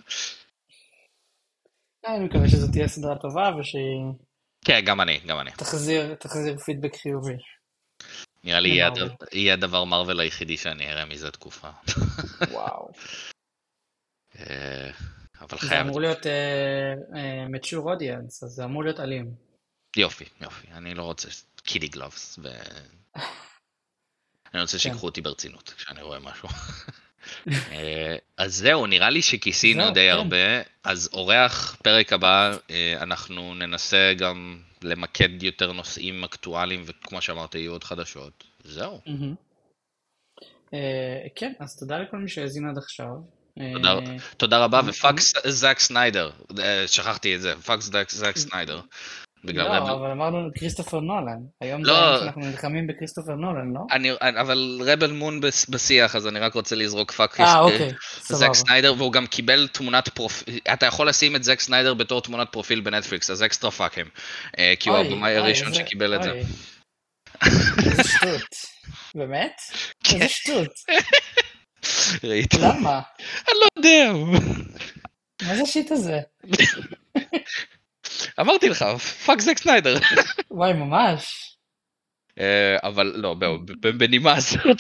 אני מקווה שזו תהיה סדרה טובה, ושהיא כן, גם אני, גם אני. תחזיר, תחזיר פידבק חיובי נראה לי יהיה למרוויל. הדבר- יהיה הדבר מרוויל היחידי שאני אראה מזה תקופה. וואו. אה, אבל זה חייב את אמור זה. להיות mature audience, אז זה אמור להיות אלים. יופי, יופי. אני לא רוצה קידי גלובס, ו... אני רוצה כן. שיקחו אותי ברצינות כשאני רואה משהו. אה, אז זהו, נראה לי שכיסינו זהו, די כן. הרבה, אז אורח פרק הבא, אה, אנחנו ננסה גם למקד יותר נושאים אקטואליים, וכמו שאמרת, יהיו עוד חדשות. זהו. מהמם. אה, כן, אז תודה לכל מי שהאזין עד עכשיו. תודה, אה, תודה רבה, אני- ופאק זאק סניידר, אה, שכחתי את זה, פאק זאק זאק סניידר. בגלל לא, רבל... אבל אמרנו כריסטופר נולן. היום זה לא. היום שאנחנו נלחמים בכריסטופר נולן, לא? אני, אבל רבל מון בס- בשיח, אז אני רק רוצה לזרוק פאק אה, אוקיי, זק סבבה. סניידר, והוא גם קיבל תמונת פרופיל, אתה יכול לשים את זק סניידר בתור תמונת פרופיל בנטפליקס, אז אקסטרה פאקים, כי הוא אוי, הבמאי אוי, הראשון איזה- שקיבל את זה. אוי. איזה שטות. באמת? כן. איזה שטות. ראיתי. למה? אני לא יודע. מה זה השיט הזה? אמרתי לך, פאק זק סניידר. וואי, ממש. אה, אבל לא, בואו, ב- בנימה הזאת.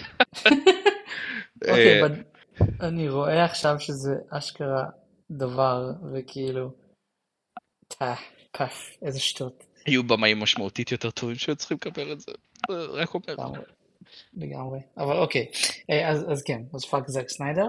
אוקיי, אה, בד- אני רואה עכשיו שזה אשכרה דבר, וכאילו... טה, פף, איזה שטות. היו במאים משמעותית יותר טובים שהיו צריכים לקבל את זה. אה, רק אומר. לגמרי. לגמרי. אבל אוקיי, אה, אז, אז כן, אז פאק זק סניידר.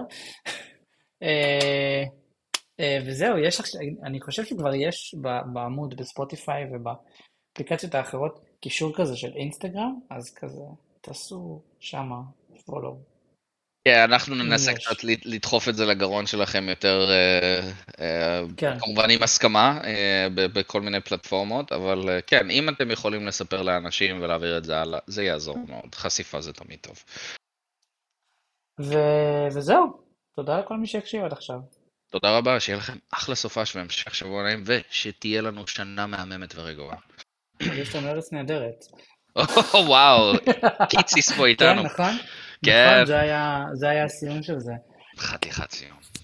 אה, אה, וזהו, יש עכשיו, אני חושב שכבר יש ב- בעמוד בספוטיפיי ובאפליקציות האחרות קישור כזה של אינסטגרם, אז כזה, תעשו שמה פולו. כן, אנחנו ננסה יש. קצת לד- לדחוף את זה לגרון שלכם יותר, אה, אה, כן. כמובן עם הסכמה, אה, ב- בכל מיני פלטפורמות, אבל אה, כן, אם אתם יכולים לספר לאנשים ולהעביר את זה הלאה, זה יעזור מאוד. חשיפה זה תמיד טוב. ו- וזהו, תודה לכל מי שהקשיב עד עכשיו. תודה רבה, שיהיה לכם אחלה סופש והמשך שבוע נעים, ושתהיה לנו שנה מהממת ורגועה. יש לנו ארץ נהדרת. או, וואו, קיציס פה כן, איתנו. נכון? כן. נכון, זה היה, זה היה הסיום של זה. חתיכת סיום.